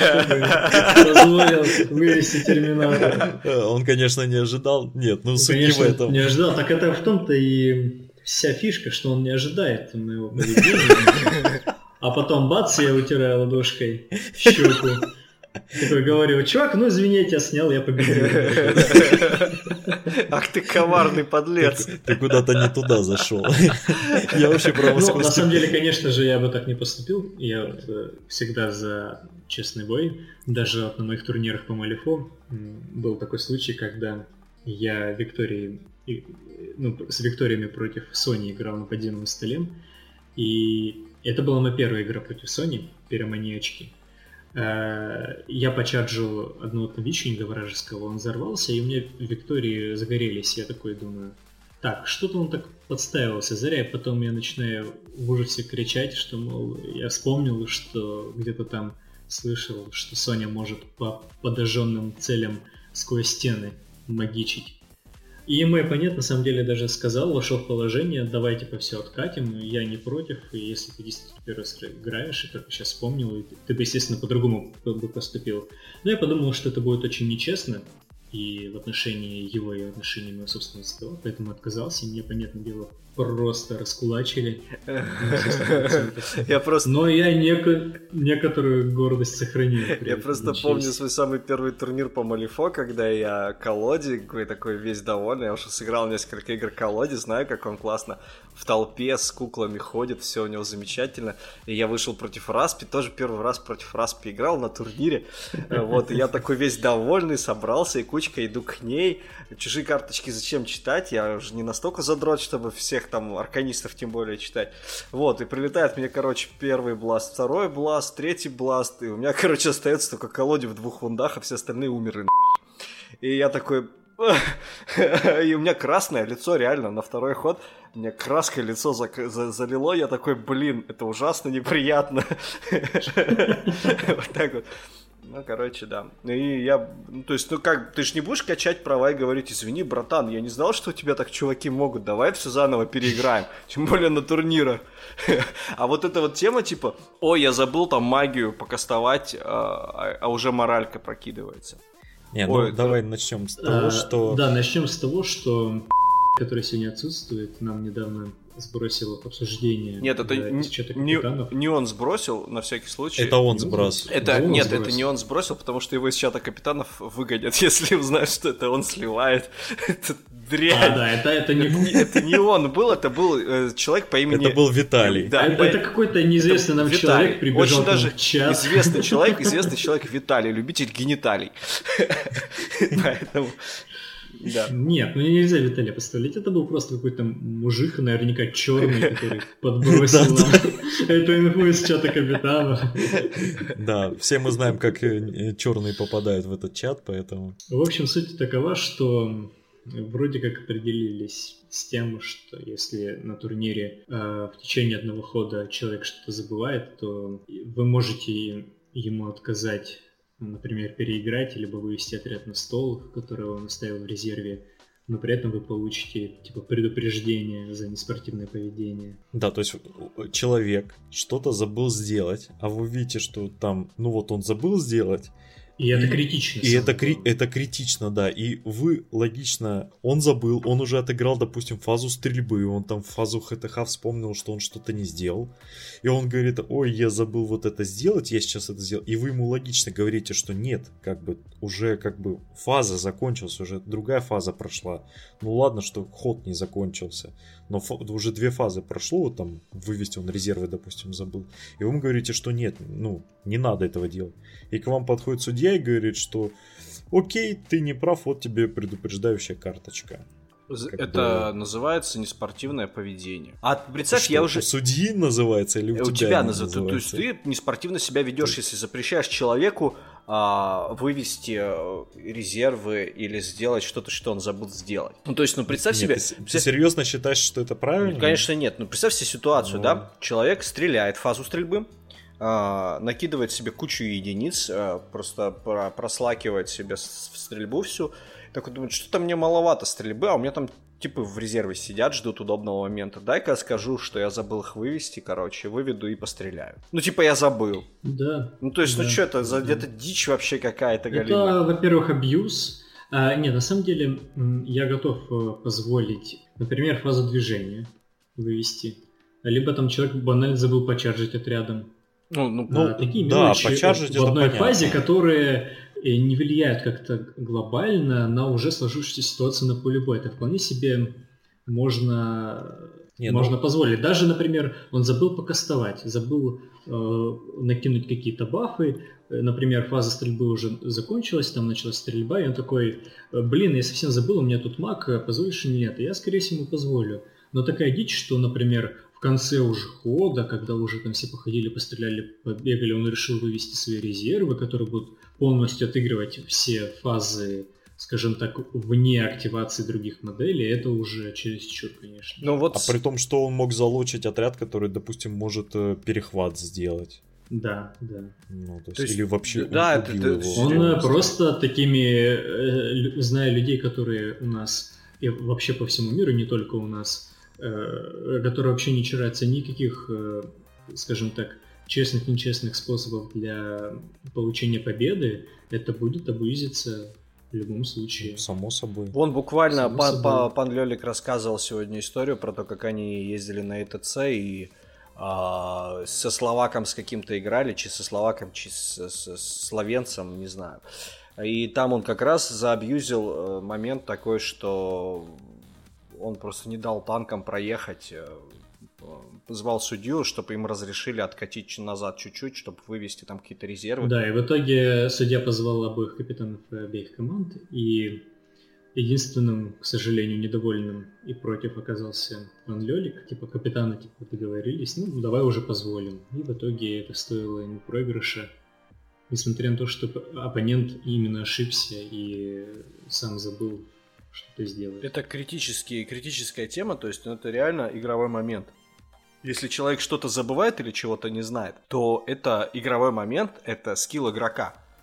позволил вывести терминатор? Он, конечно, не ожидал. Нет, ну, Ну, суть не в конечно, этом. не ожидал. Так это в том-то и вся фишка, что он не ожидает моего поведения. А потом бац, я утираю ладошкой щеку. Такой говорю: чувак, ну извини, я тебя снял, я победил. Ах ты коварный подлец. Ты куда-то не туда зашел. Я вообще про Ну, Москву. на самом деле, конечно же, я бы так не поступил. Я вот э, всегда за честный бой. Даже вот на моих турнирах по Малифо м, был такой случай, когда я Виктории, и, ну, с Викториями против Sony играл на подземном столе. И это была моя первая игра против Sony, пироманьячки. Я почарджил одного там вичника вражеского, он взорвался, и у меня Виктории загорелись. Я такой думаю: так, что-то он так подставился, зря. И потом я начинаю в ужасе кричать, что, мол, я вспомнил, что где-то там слышал, что Соня может по подожженным целям сквозь стены магичить. И мой оппонент на самом деле даже сказал, вошел в положение: давай типа все откатим, я не против, и если ты действительно первый раз играешь, и как сейчас вспомнил, и ты, ты бы, естественно, по-другому бы поступил. Но я подумал, что это будет очень нечестно и в отношении его, и в отношении моего собственного стола, поэтому отказался, и мне, понятное дело, просто раскулачили. Я просто... Но я неко... некоторую гордость сохранил. Я просто помню свой самый первый турнир по Малифо, когда я колоде, такой весь довольный, я уже сыграл несколько игр колоде, знаю, как он классно в толпе с куклами ходит, все у него замечательно. И я вышел против Распи, тоже первый раз против Распи играл на турнире. Вот, и я такой весь довольный, собрался, и кучка, иду к ней. Чужие карточки зачем читать? Я уже не настолько задрот, чтобы всех там арканистов тем более читать. Вот, и прилетает мне, короче, первый бласт, второй бласт, третий бласт, и у меня, короче, остается только колоде в двух вундах, а все остальные умерли. И я такой... И у меня красное лицо, реально, на второй ход у меня краской лицо за- за- залило, я такой: блин, это ужасно неприятно. Вот так вот. Ну, короче, да. И я, ну, то есть, ну как, ты же не будешь качать права и говорить: извини, братан, я не знал, что у тебя так чуваки могут, давай все заново переиграем, тем более на турнирах. А вот эта вот тема, типа, ой, я забыл там магию покастовать, а, а уже моралька прокидывается. Не, ну давай начнем с того, что... Да, начнем с того, что который сегодня отсутствует, нам недавно сбросил обсуждение. Нет, это не, не он сбросил, на всякий случай. Это он сбросил. Это, это нет, сбросил. Это не он сбросил, потому что его из чата капитанов выгонят, если узнают, что это он сливает. Это дрянь. А, да, это, это, не... это не он был, это был э, человек по имени... Это был Виталий. Да, это, по... это какой-то неизвестный нам Виталий. Человек прибежал Очень даже в чат. Известный человек, известный человек Виталий, любитель гениталий. Поэтому... Да. Нет, ну нельзя Виталия поставлять. Это был просто какой-то мужик, наверняка черный, который подбросил нам эту инфу из чата капитана. Да, все мы знаем, как черные попадают в этот чат, поэтому... В общем, суть такова, что вроде как определились с тем, что если на турнире в течение одного хода человек что-то забывает, то вы можете ему отказать, например, переиграть, либо вывести отряд на стол, который он оставил в резерве, но при этом вы получите типа предупреждение за неспортивное поведение. Да, то есть человек что-то забыл сделать, а вы видите, что там, ну вот он забыл сделать. И это критично. И это, кри- это критично, да. И вы логично, он забыл, он уже отыграл, допустим, фазу стрельбы, он там в фазу ХТХ вспомнил, что он что-то не сделал. И он говорит: ой, я забыл вот это сделать, я сейчас это сделал. И вы ему логично говорите, что нет, как бы уже как бы фаза закончилась, уже другая фаза прошла. Ну ладно, что ход не закончился, но фа- уже две фазы прошло, вот там вывести он резервы, допустим, забыл. И вы ему говорите, что нет, ну, не надо этого делать. И к вам подходит судья и говорит, что окей, ты не прав, вот тебе предупреждающая карточка. Как это бы... называется неспортивное поведение. А представь, что, я уже... У судьи называется или у, у тебя, тебя называется? То есть ты неспортивно себя ведешь, ты... если запрещаешь человеку а, вывести резервы или сделать что-то, что он забыл сделать. Ну то есть, ну представь нет, себе... Ты, ты серьезно считаешь, что это правильно? Ну, конечно нет. Ну представь себе ситуацию, ну... да? Человек стреляет в фазу стрельбы, Uh, накидывает себе кучу единиц, uh, просто про- прослакивает себе с- в стрельбу всю. Так вот думает, что-то мне маловато стрельбы, а у меня там типы в резерве сидят, ждут удобного момента. Дай-ка я скажу, что я забыл их вывести, короче, выведу и постреляю. Ну типа я забыл. Да. Ну то есть, да, ну что это, за да. Это дичь вообще какая-то это, галимая. Это, во-первых, абьюз. А, нет, на самом деле я готов позволить, например, фазу движения вывести. Либо там человек банально забыл почаржить отрядом. Ну, ну, а, такие да, почаржить в одной фазе, которые не влияют как-то глобально на уже сложившуюся ситуацию на поле боя. Это вполне себе можно, не, можно ну... позволить. Даже, например, он забыл покастовать, забыл э, накинуть какие-то бафы. Например, фаза стрельбы уже закончилась, там началась стрельба, и он такой: блин, я совсем забыл, у меня тут маг, позволишь или нет? И я, скорее всего, ему позволю. Но такая дичь, что, например, в конце уже хода, когда уже там все походили, постреляли, побегали, он решил вывести свои резервы, которые будут полностью отыгрывать все фазы, скажем так, вне активации других моделей. Это уже чересчур, конечно. Ну, вот... А при том, что он мог залочить отряд, который, допустим, может перехват сделать. Да, да. Ну, то есть, то есть, или вообще да, убил это, его. Он это... просто такими, зная людей, которые у нас и вообще по всему миру, не только у нас, которые вообще не чураются никаких, скажем так, честных, нечестных способов для получения победы, это будет абьюзиться в любом случае. Само собой. Вон буквально пан, пан, пан Лёлик рассказывал сегодня историю про то, как они ездили на ИТЦ и а, со словаком с каким-то играли, чи со словаком, чи с, с, с словенцем, не знаю. И там он как раз заабьюзил момент такой, что он просто не дал танкам проехать, позвал судью, чтобы им разрешили откатить назад чуть-чуть, чтобы вывести там какие-то резервы. Да, и в итоге судья позвал обоих капитанов обеих команд, и единственным, к сожалению, недовольным и против оказался пан Лёлик. Типа, капитаны типа договорились, ну давай уже позволим. И в итоге это стоило ему проигрыша, несмотря на то, что оппонент именно ошибся и сам забыл что-то сделать. Это критический, критическая тема, то есть ну, это реально игровой момент. Если человек что-то забывает или чего-то не знает, то это игровой момент, это скилл игрока.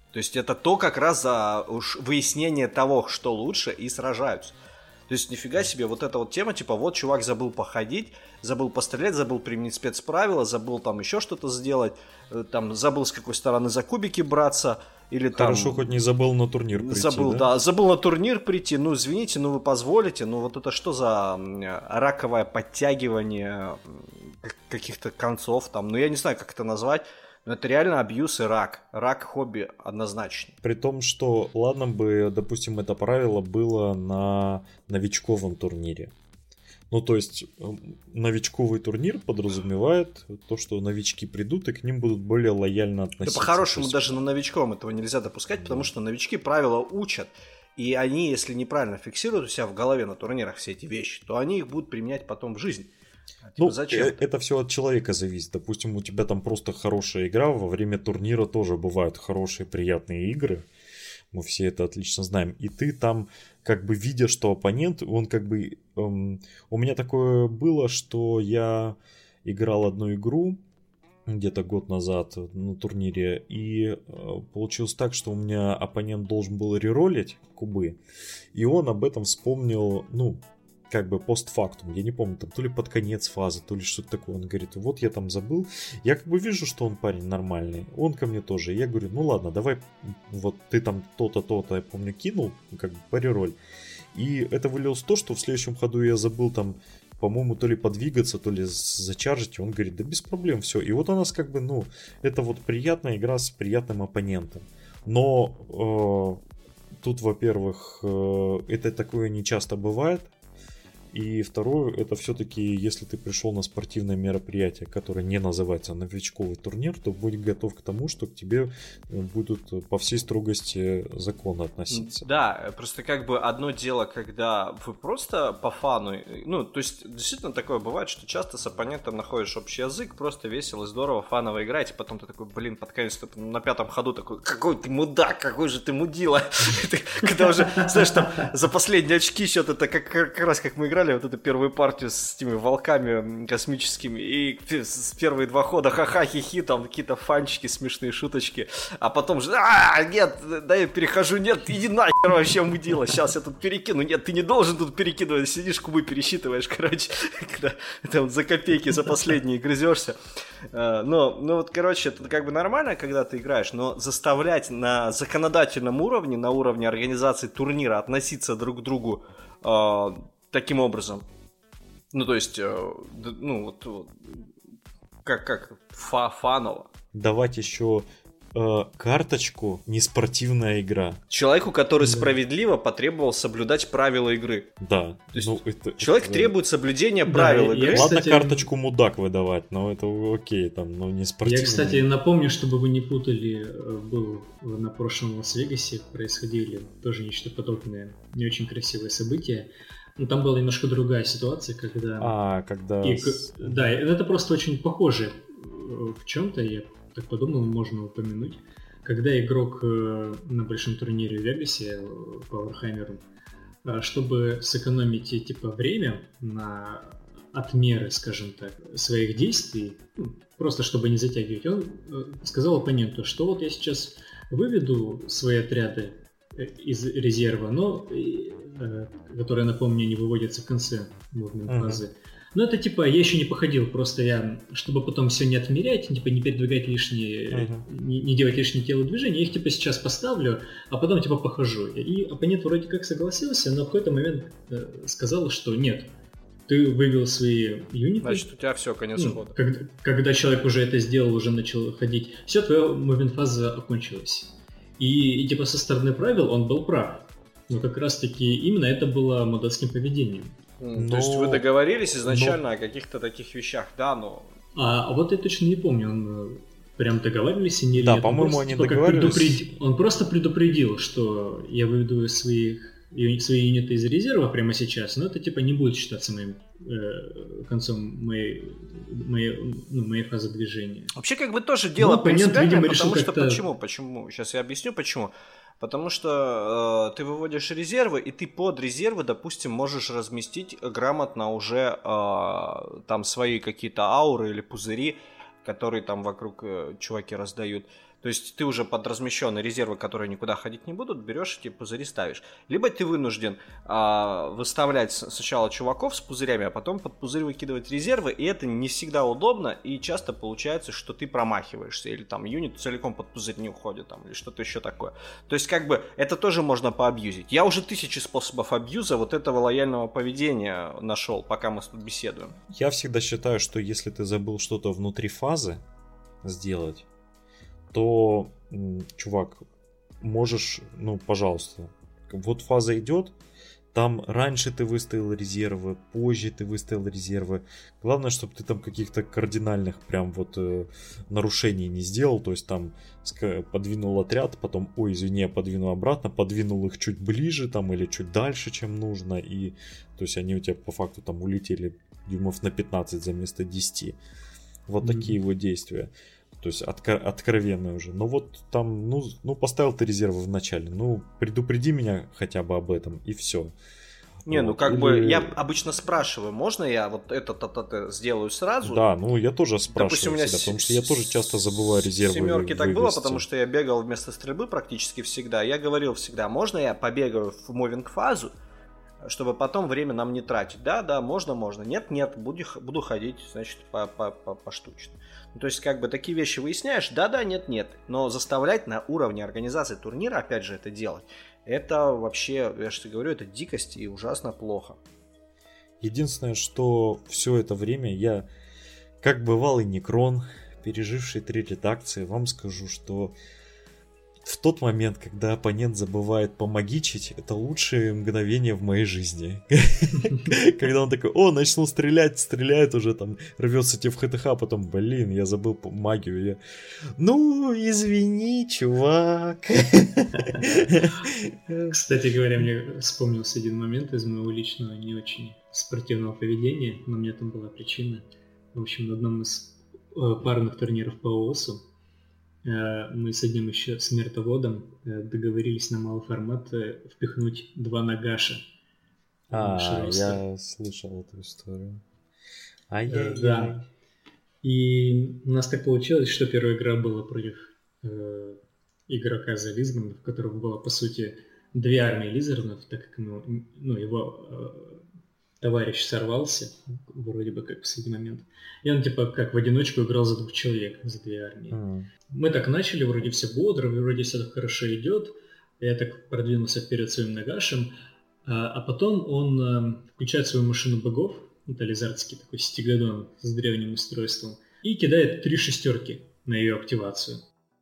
То есть это то как раз за уж выяснение того, что лучше, и сражаются. То есть нифига себе, вот эта вот тема, типа, вот чувак забыл походить, забыл пострелять, забыл применить спецправила, забыл там еще что-то сделать, там забыл с какой стороны за кубики браться, или там... Хорошо, хоть не забыл на турнир прийти, Забыл, да? да, забыл на турнир прийти, ну, извините, ну, вы позволите, ну, вот это что за раковое подтягивание каких-то концов там, ну, я не знаю, как это назвать. Но это реально абьюз и рак. Рак хобби однозначно. При том, что ладно бы, допустим, это правило было на новичковом турнире. Ну, то есть, новичковый турнир подразумевает то, что новички придут и к ним будут более лояльно относиться. Да по-хорошему даже на новичком этого нельзя допускать, да. Потому что новички правила учат. И они, если неправильно фиксируют у себя в голове на турнирах все эти вещи, то они их будут применять потом в жизни. Типа, ну, зачем? Это все от человека зависит. Допустим, у тебя там просто хорошая игра, во время турнира тоже бывают хорошие, приятные игры. Мы все это отлично знаем. И ты там, как бы видя, что оппонент, он как бы... Эм, у меня такое было, что я играл одну игру где-то год назад на турнире, и э, получилось так, что у меня оппонент должен был реролить кубы, и он об этом вспомнил, ну... как бы постфактум, я не помню, там то ли под конец фазы, то ли что-то такое. Он говорит, вот я там забыл. Я как бы вижу, что он парень нормальный. Он ко мне тоже. Я говорю, ну ладно, давай, вот ты там то-то, то-то, я помню, кинул, как бы парироль. И это вылилось в то, что в следующем ходу я забыл там, по-моему, то ли подвигаться, то ли зачаржить. И он говорит, да без проблем, все. И вот у нас как бы, ну, это вот приятная игра с приятным оппонентом. Но э, тут, во-первых, э, это такое не часто бывает. И второе, это все-таки, если ты пришел на спортивное мероприятие, которое не называется новичковый турнир, то будь готов к тому, что к тебе будут по всей строгости закона относиться. Да, просто как бы одно дело, когда вы просто по фану, ну, то есть действительно такое бывает, что часто с оппонентом находишь общий язык, просто весело, здорово, фаново играете, потом ты такой, блин, под конец на пятом ходу такой, какой ты мудак, какой же ты мудила. Когда уже, знаешь, там за последние очки счет, это как раз как мы играли, вот эту первую партию с этими волками космическими, и с первые два хода ха-ха, хи-хи, там какие-то фанчики, смешные шуточки, а потом же, а нет, да я перехожу, нет, иди нахер вообще, мудила, сейчас я тут перекину, нет, ты не должен тут перекидывать, сидишь, кубы пересчитываешь, короче, когда там за копейки, за последние грызешься, но, ну вот, короче, это как бы нормально, когда ты играешь, но заставлять на законодательном уровне, на уровне организации турнира относиться друг к другу таким образом. Ну, то есть, э, ну, вот, вот как, как фа фаново. Давать еще э, карточку «Неспортивная игра». Человеку, который да. справедливо потребовал соблюдать правила игры. Да. То есть, ну, это, человек это... требует соблюдения да, правил игры. Ладно, кстати... карточку «Мудак» выдавать, но это окей, там, но не спортивная. Я, кстати, напомню, чтобы вы не путали, был на прошлом Лас-Вегасе, происходили тоже нечто подобное, не очень красивые события. Ну, там была немножко другая ситуация, когда... А, когда... И, да, это просто очень похоже в чем-то, я так подумал, можно упомянуть. Когда игрок на большом турнире в Вегасе по Warhammer, чтобы сэкономить типа время на отмеры, скажем так, своих действий, просто чтобы не затягивать, он сказал оппоненту, что вот я сейчас выведу свои отряды из резерва, но которые, напомню, не выводятся в конце мувмент фазы. Uh-huh. Но это типа, я еще не походил, просто я, чтобы потом все не отмерять, типа не передвигать лишние, uh-huh. не, не делать лишние телодвижения, я их типа сейчас поставлю, а потом типа похожу. И оппонент вроде как согласился, но в какой-то момент э, сказал, что нет, ты вывел свои юниты. Значит, у тебя все, конец ну, хода. Когда, когда человек уже это сделал, уже начал ходить, все, твоя мувмент фаза окончилась. И, и типа со стороны правил он был прав. Но как раз-таки именно это было мудацким поведением. Mm, но... То есть вы договорились изначально но... о каких-то таких вещах, да, но... А, а вот я точно не помню, он прям договаривались или да, нет. по-моему, просто, они типа, договаривались. Предупред... Он просто предупредил, что я выведу своих, свои юниты из резерва прямо сейчас, но это типа не будет считаться моим э, концом моей, моей, ну, моей фазы движения. Вообще как бы тоже дело ну, принципиальное, потому что почему, почему, сейчас я объясню почему. Потому что э, ты выводишь резервы, и ты под резервы, допустим, можешь разместить грамотно уже э, там свои какие-то ауры или пузыри, которые там вокруг э, чуваки раздают. То есть ты уже под размещенные резервы, которые никуда ходить не будут, берешь эти пузыри ставишь. Либо ты вынужден а, выставлять сначала чуваков с пузырями, а потом под пузырь выкидывать резервы, и это не всегда удобно, и часто получается, что ты промахиваешься, или там юнит целиком под пузырь не уходит, там, или что-то еще такое. То есть как бы это тоже можно поабьюзить. Я уже тысячи способов абьюза вот этого лояльного поведения нашел, пока мы тут беседуем. Я всегда считаю, что если ты забыл что-то внутри фазы сделать, то, чувак, можешь, ну, пожалуйста, вот фаза идет, там раньше ты выставил резервы, позже ты выставил резервы. Главное, чтобы ты там каких-то кардинальных прям вот э, нарушений не сделал, то есть там подвинул отряд, потом, ой, извини, я подвинул обратно, подвинул их чуть ближе там или чуть дальше, чем нужно, и то есть они у тебя по факту там улетели дюймов на пятнадцать за место десяти. Вот mm-hmm. такие вот действия. То есть отко- откровенные уже. Но вот там, ну, ну, поставил ты резервы в начале. Ну, предупреди меня хотя бы об этом, и все. Не, вот. ну как Или... бы я обычно спрашиваю, можно я вот это-то-то сделаю сразу? Да, ну я тоже спрашиваю Допустим, у меня всегда, с... потому что я тоже часто забываю резервы семерки так вывести. было, потому что я бегал вместо стрельбы практически всегда. Я говорил всегда, можно я побегаю в мувинг-фазу, чтобы потом время нам не тратить. Да, да, можно, можно. Нет, нет, буду, буду ходить, значит, поштучно. Ну, то есть, как бы, такие вещи выясняешь, да-да, нет-нет. Но заставлять на уровне организации турнира, опять же, это делать, это вообще, я же говорю, это дикость и ужасно плохо. Единственное, что все это время я, как бывалый некрон, переживший три редакции, вам скажу, что в тот момент, когда оппонент забывает помогичить, это лучшее мгновение в моей жизни. Когда он такой, о, начнул стрелять, стреляет уже, там, рвется тебе в ХТХ, а потом, блин, я забыл магию. Я, ну, извини, чувак. Кстати говоря, мне вспомнился один момент из моего личного не очень спортивного поведения, но у меня там была причина. В общем, на одном из парных турниров по ООСу мы с одним еще смертоводом договорились на малый формат впихнуть два нагаша. А, я слышал эту историю. Ай-яй-яй. Да. И у нас так получилось, что первая игра была против э, игрока за Лизбон, в котором было, по сути, две армии Лизернов, так как ну, ну, его э, товарищ сорвался, вроде бы как в последний момент. И он типа как в одиночку играл за двух человек, за две армии. Mm. Мы так начали, вроде все бодро, вроде все так хорошо идет. Я так продвинулся вперед своим нагашем. А, а потом он а, включает свою машину богов, это лизардский такой стигадон с древним устройством, и кидает три шестерки на ее активацию.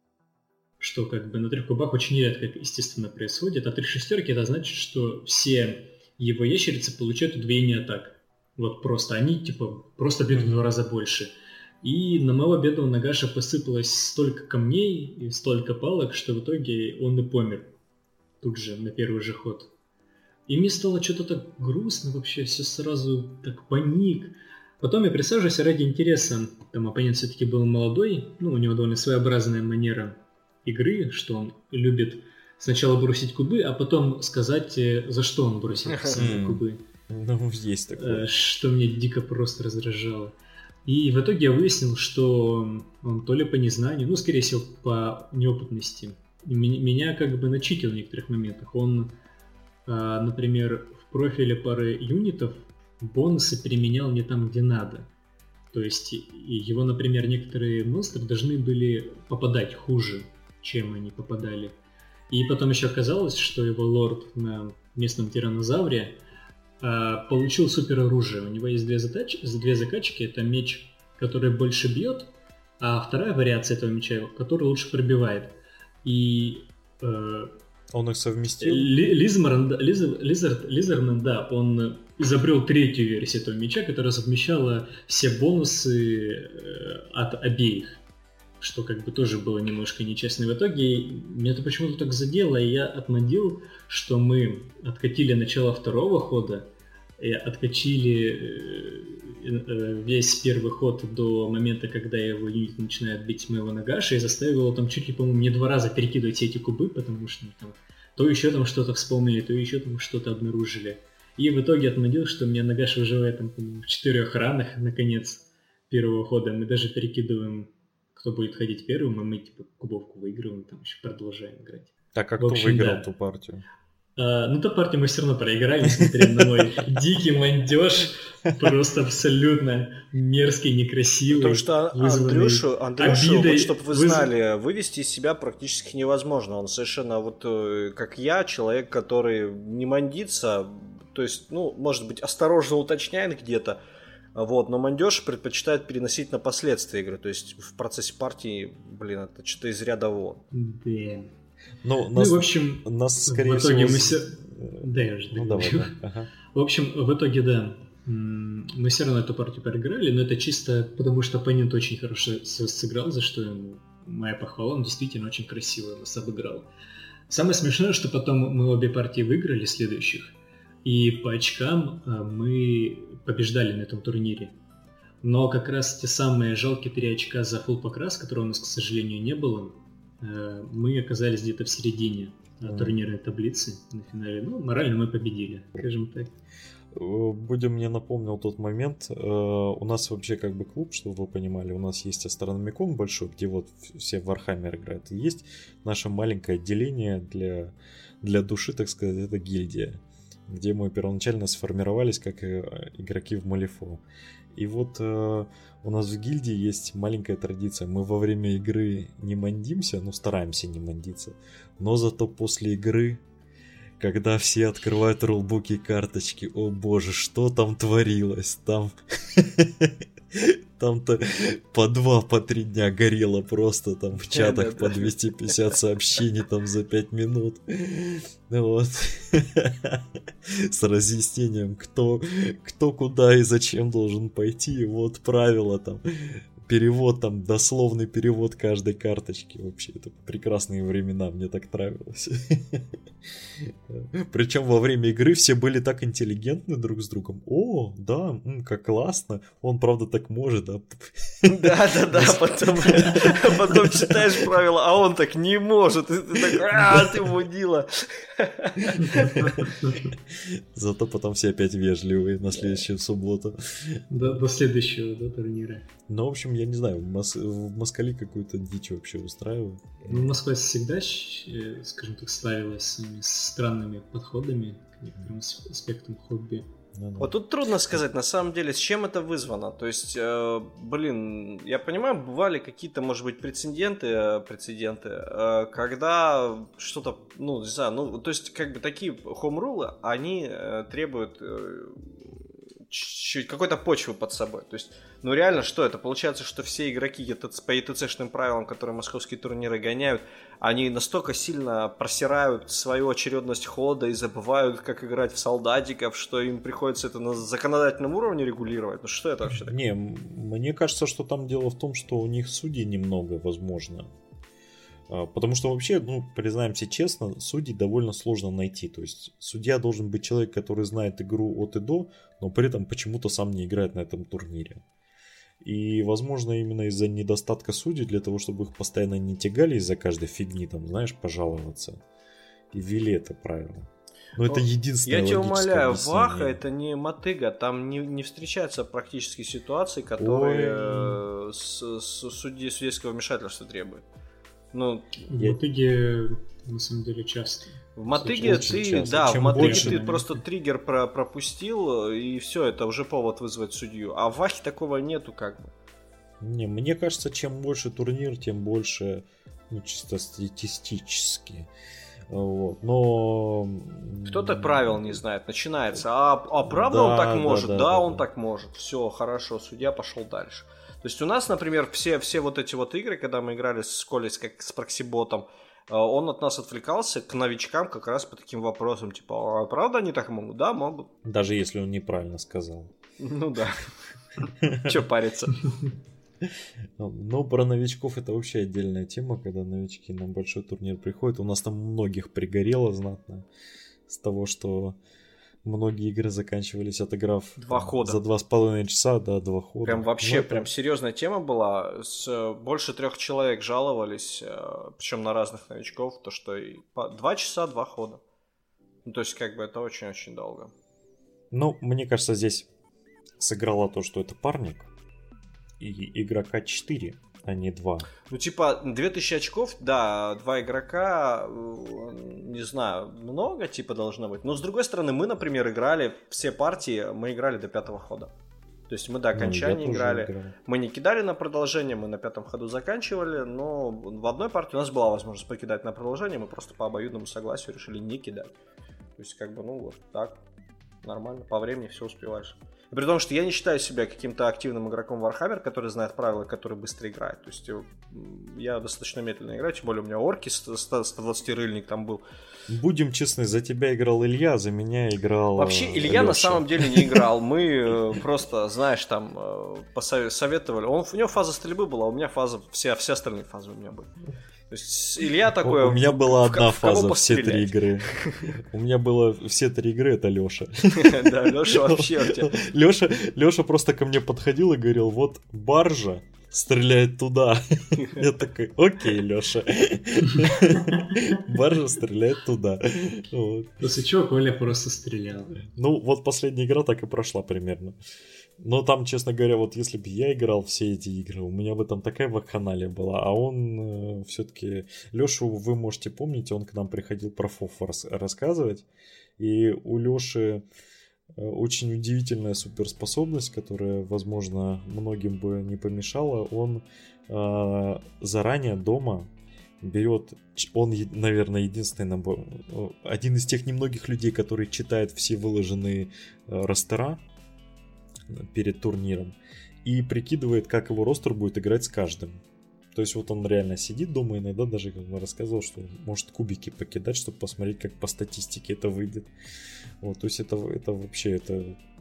Что как бы на трех кубах очень редко, естественно, происходит. А три шестерки это значит, что все его ящерицы получают удвоение атак. Вот просто они типа просто бьют в два раза больше. И на моего бедного нагаша посыпалось столько камней и столько палок, что в итоге он и помер. Тут же, на первый же ход. И мне стало что-то так грустно вообще, все сразу так паник. Потом я присаживаюсь ради интереса. Там оппонент все-таки был молодой, ну у него довольно своеобразная манера игры, что он любит сначала бросить кубы, а потом сказать, за что он бросил самые кубы. Ну, есть такое. Что меня дико просто раздражало. И в итоге я выяснил, что он то ли по незнанию, ну, скорее всего, по неопытности, меня как бы начитил в некоторых моментах. Он, например, в профиле пары юнитов бонусы применял не там, где надо. То есть его, например, некоторые монстры должны были попадать хуже, чем они попадали. И потом еще оказалось, что его лорд на местном тираннозавре получил супер оружие. У него есть две, затач... две закачки. Это меч, который больше бьет, а вторая вариация этого меча, который лучше пробивает. И э... он их совместил? Лизмарн, Лиз... Лизард... Лизерман, да, он изобрел третью версию этого меча, которая совмещала все бонусы э, от обеих. Что как бы тоже было немножко нечестно. И в итоге меня это почему-то так задело, и я отмодил, что мы откатили начало второго хода, и откатили весь первый ход до момента, когда его юнит начинает бить моего нагаша, и заставил его там чуть ли, по-моему, не два раза перекидывать все эти кубы, потому что там то еще там что-то вспомнили, то еще там что-то обнаружили. И в итоге отмодил, что у меня нагаш выживает там, по-моему, в четырех ранах, наконец, первого хода. Мы даже перекидываем кто будет ходить первым, а мы типа кубовку выигрываем, там еще продолжаем играть. Так, а В кто общем, выиграл да. ту партию? А, ну, ту партию мы все равно проиграли, несмотря на мой дикий мандеж, просто абсолютно мерзкий, некрасивый. Потому что Андрюшу, Андрюшу обидой, вот, чтобы вы выз... знали, вывести из себя практически невозможно. Он совершенно вот как я, человек, который не мандится, то есть, ну, может быть, осторожно уточняет где-то, вот, но мандеж предпочитает переносить на последствия игры. То есть в процессе партии, блин, это что-то из ряда вон. Да. Ну, нас, ну, в общем, нас, скорее в итоге всего... мы все... Да, я уже ну, давай, да. Ага. В общем, в итоге, да, мы все равно эту партию проиграли, но это чисто потому, что оппонент очень хорошо сыграл, за что ему моя похвала, он действительно очень красиво нас обыграл. Самое смешное, что потом мы обе партии выиграли следующих, и по очкам мы побеждали на этом турнире. Но как раз те самые жалкие три очка за фулл покрас, которого у нас, к сожалению, не было, мы оказались где-то в середине mm. турнирной таблицы на финале. Ну, морально мы победили, скажем так. Будем, мне напомнил тот момент. У нас вообще как бы клуб, чтобы вы понимали, у нас есть Астрономикон большой, где вот все в Warhammer играют. И есть наше маленькое отделение для, для души, так сказать, это гильдия, где мы первоначально сформировались как игроки в Малифо. И вот э, у нас в гильдии есть маленькая традиция. Мы во время игры не мандимся, ну стараемся не мандиться, но зато после игры, когда все открывают рулбуки и карточки, о боже, что там творилось, там... Там-то по два, по три дня горело просто там в чатах по двести пятьдесят сообщений там за пять минут. Вот. С разъяснением, кто, кто куда и зачем должен пойти. Вот правила там. Перевод там, дословный перевод каждой карточки. Вообще, это прекрасные времена, мне так нравилось. Причем во время игры все были так интеллигентны друг с другом. О, да, как классно. Он, правда, так может, да? Да-да-да, потом, потом читаешь правила, а он так не может. И ты такой, а, ты мудила. Зато потом все опять вежливые на следующую субботу. До, до следующего, да, турнира. Ну, в общем, я не знаю, в, Мос... в Москале какую-то дичь вообще устраиваю. Ну, Москва всегда, скажем так, славилась своими странными подходами к некоторым аспектам хобби. Ну, да. Вот тут трудно сказать, на самом деле, с чем это вызвано. То есть, э, блин, я понимаю, бывали какие-то, может быть, прецеденты, прецеденты, э, когда что-то, ну, не знаю, ну, то есть, как бы такие хоум-рулы, они э, требуют э, чуть-чуть какой-то почвы под собой. То есть, ну, реально, что это? Получается, что все игроки по и ти си-шным правилам, которые московские турниры гоняют, они настолько сильно просирают свою очередность хода и забывают, как играть в солдатиков, что им приходится это на законодательном уровне регулировать. Ну что это вообще такое? Не, мне кажется, что там дело в том, что у них судей немного, возможно. Потому что вообще, ну, признаемся честно, судей довольно сложно найти. То есть судья должен быть человек, который знает игру от и до, но при этом почему-то сам не играет на этом турнире. И, возможно, именно из-за недостатка судей, для того, чтобы их постоянно не тягали из-за каждой фигни, там, знаешь, пожаловаться, и ввели это правило. Но ну, это единственное логическое объяснение. Я тебя умоляю, Ваха это не мотыга, там не, не встречаются практически ситуации, которые с, с судьи судейского вмешательства требуют. Ну, в я... мотыге, на самом деле, часто. В мотыге ты, часто. да, Чем в мотыге больше, ты наверное. Просто триггер про- пропустил, и все, это уже повод вызвать судью. А в Вахе такого нету, как бы. Не, мне кажется, чем больше турнир, тем больше, ну, чисто статистически. Вот, но... Кто-то правил не знает, начинается. А, а правда да, он так может? Да, да, да, да он да. так может. Все, хорошо, судья пошел дальше. То есть у нас, например, все, все вот эти вот игры, когда мы играли с Колей, как с проксиботом, он от нас отвлекался к новичкам как раз по таким вопросам, типа, а правда они так могут? Да, могут. Даже если он неправильно сказал. Ну да. Че париться? Ну, про новичков это вообще отдельная тема, когда новички на большой турнир приходят. У нас там многих пригорело знатно с того, что многие игры заканчивались, отыграв два хода. За два с половиной часа, да, два хода. Прям вообще, ну, прям это... серьезная тема была. С, больше трех человек жаловались, причем на разных новичков, то что и по два часа, два хода. Ну, то есть, как бы это очень-очень долго. Ну, мне кажется, здесь сыграло то, что это парник и игрока четыре, а не два. Ну, типа, две тысячи очков, да, два игрока, не знаю, много, типа, должно быть. Но, с другой стороны, мы, например, играли все партии, мы играли до пятого хода. То есть мы до окончания ну, играли. Играл. Мы не кидали на продолжение, мы на пятом ходу заканчивали, но в одной партии у нас была возможность покидать на продолжение, мы просто по обоюдному согласию решили не кидать. То есть, как бы, ну, вот так, нормально, по времени все успеваешь. И при том, что я не считаю себя каким-то активным игроком Warhammer, который знает правила, который быстро играет. То есть я достаточно медленно играю, тем более у меня орки, сто двадцать рыльник там был. Будем честны, за тебя играл Илья, за меня играл Вообще Илья Леша. На самом деле не играл. Мы просто, знаешь, там посоветовали. Он, у него фаза стрельбы была, у меня фаза, все, все остальные фазы у меня были. То есть Илья такой... У меня была одна фаза, все три игры. У меня было все три игры, это Леша. Да, Леша вообще у тебя... Леша, Леша просто ко мне подходил и говорил, вот баржа стреляет туда. Я такой, окей, Леша. Баржа стреляет туда. После чего Коля просто стрелял. Ну, вот последняя игра так и прошла примерно. Но там, честно говоря, вот если бы я играл все эти игры, у меня бы там такая вакханалия была, а он э, все-таки... Лешу вы можете помнить, он к нам приходил про ФОФ рас- рассказывать, и у Леши э, очень удивительная суперспособность, которая, возможно, многим бы не помешала. Он э, заранее дома берет... Он, наверное, единственный набор... Один из тех немногих людей, который читает все выложенные э, ростера перед турниром и прикидывает, как его ростер будет играть с каждым. То есть вот он реально сидит дома, иногда даже, как он рассказывал, что может кубики покидать, чтобы посмотреть, как по статистике это выйдет. Вот, то есть это, это вообще это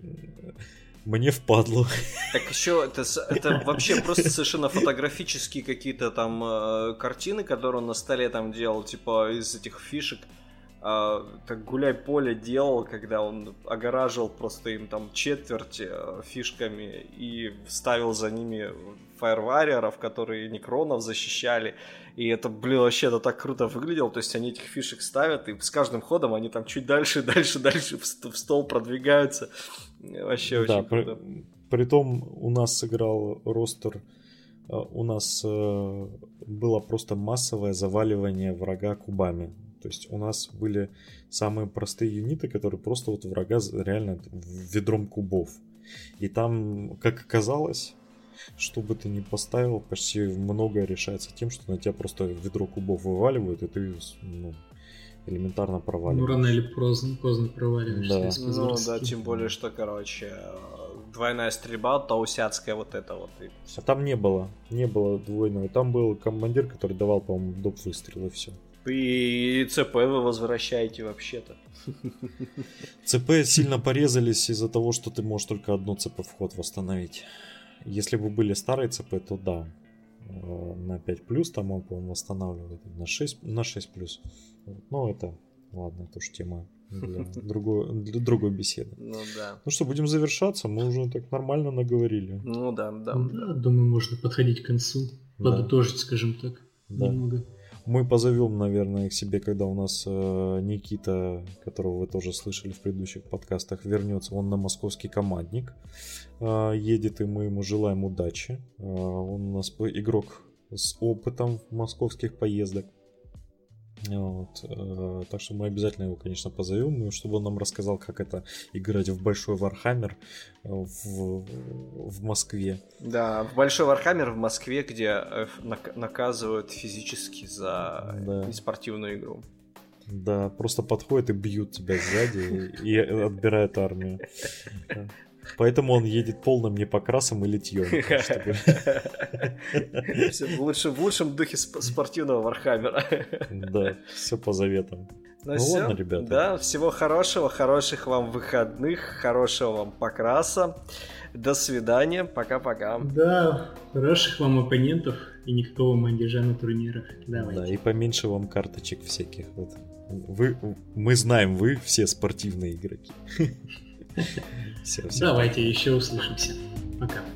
мне впадло. Так еще это, это вообще просто совершенно фотографические какие-то там э, картины, которые он на столе там делал, типа из этих фишек. Так гуляй поле делал, когда он огораживал просто им там четверть фишками и ставил за ними фаерварьеров, которые некронов защищали. И это, блин, вообще это так круто выглядело. То есть они этих фишек ставят, и с каждым ходом они там чуть дальше, дальше, дальше в стол продвигаются. Вообще очень да, круто. При, притом у нас сыграл ростер, у нас было просто массовое заваливание врага кубами. То есть у нас были самые простые юниты, которые просто вот врага реально ведром кубов. И там, как оказалось, что бы ты ни поставил, почти многое решается тем, что на тебя просто ведро кубов вываливают, и ты ну, элементарно проваливаешь. Ну, рано или поздно, поздно проваливаешься. Да. Ну да, тем более, что, короче, двойная стрельба, таусяцкая вот это вот. И а там не было, не было двойного. Там был командир, который давал, по-моему, доп. Выстрел, и все. И ЦП вы возвращаете вообще-то. ЦП сильно порезались из-за того, что ты можешь только одно ЦП вход восстановить. Если бы были старые ЦП, то да. На пять плюс там он, по-моему, восстанавливает. На шесть, на шесть плюс. Но это, ладно, это уж тема для другой, для другой беседы. Ну да. Ну что, будем завершаться? Мы уже так нормально наговорили. Ну да, да. Да, думаю, можно подходить к концу. Подытожить, да. Скажем так, да. Немного. Мы позовем, наверное, к себе, когда у нас э, Никита, которого вы тоже слышали в предыдущих подкастах, вернется. Он на московский командник э, едет, и мы ему желаем удачи. Э, он у нас игрок с опытом московских поездок. Вот. Э, так что мы обязательно его, конечно, позовем, чтобы он нам рассказал, как это играть в большой Warhammer в, в Москве. Да, в большой Warhammer в Москве, где наказывают физически за да. неспортивную игру. Да, просто подходят и бьют тебя сзади и отбирают армию. Поэтому он едет полным непокрасом и литьем. В лучшем духе спортивного Вархаммера. Да, все по заветам. Ну, ну все, ладно, ребята. Да, всего хорошего, хороших вам выходных, хорошего вам покраса. До свидания, пока-пока. Да, хороших вам оппонентов и никакого мандежа на турнирах. Давайте. Да, и поменьше вам карточек всяких. Вот. Вы, мы знаем, вы все спортивные игроки. Все, все. Давайте еще услышимся. Пока.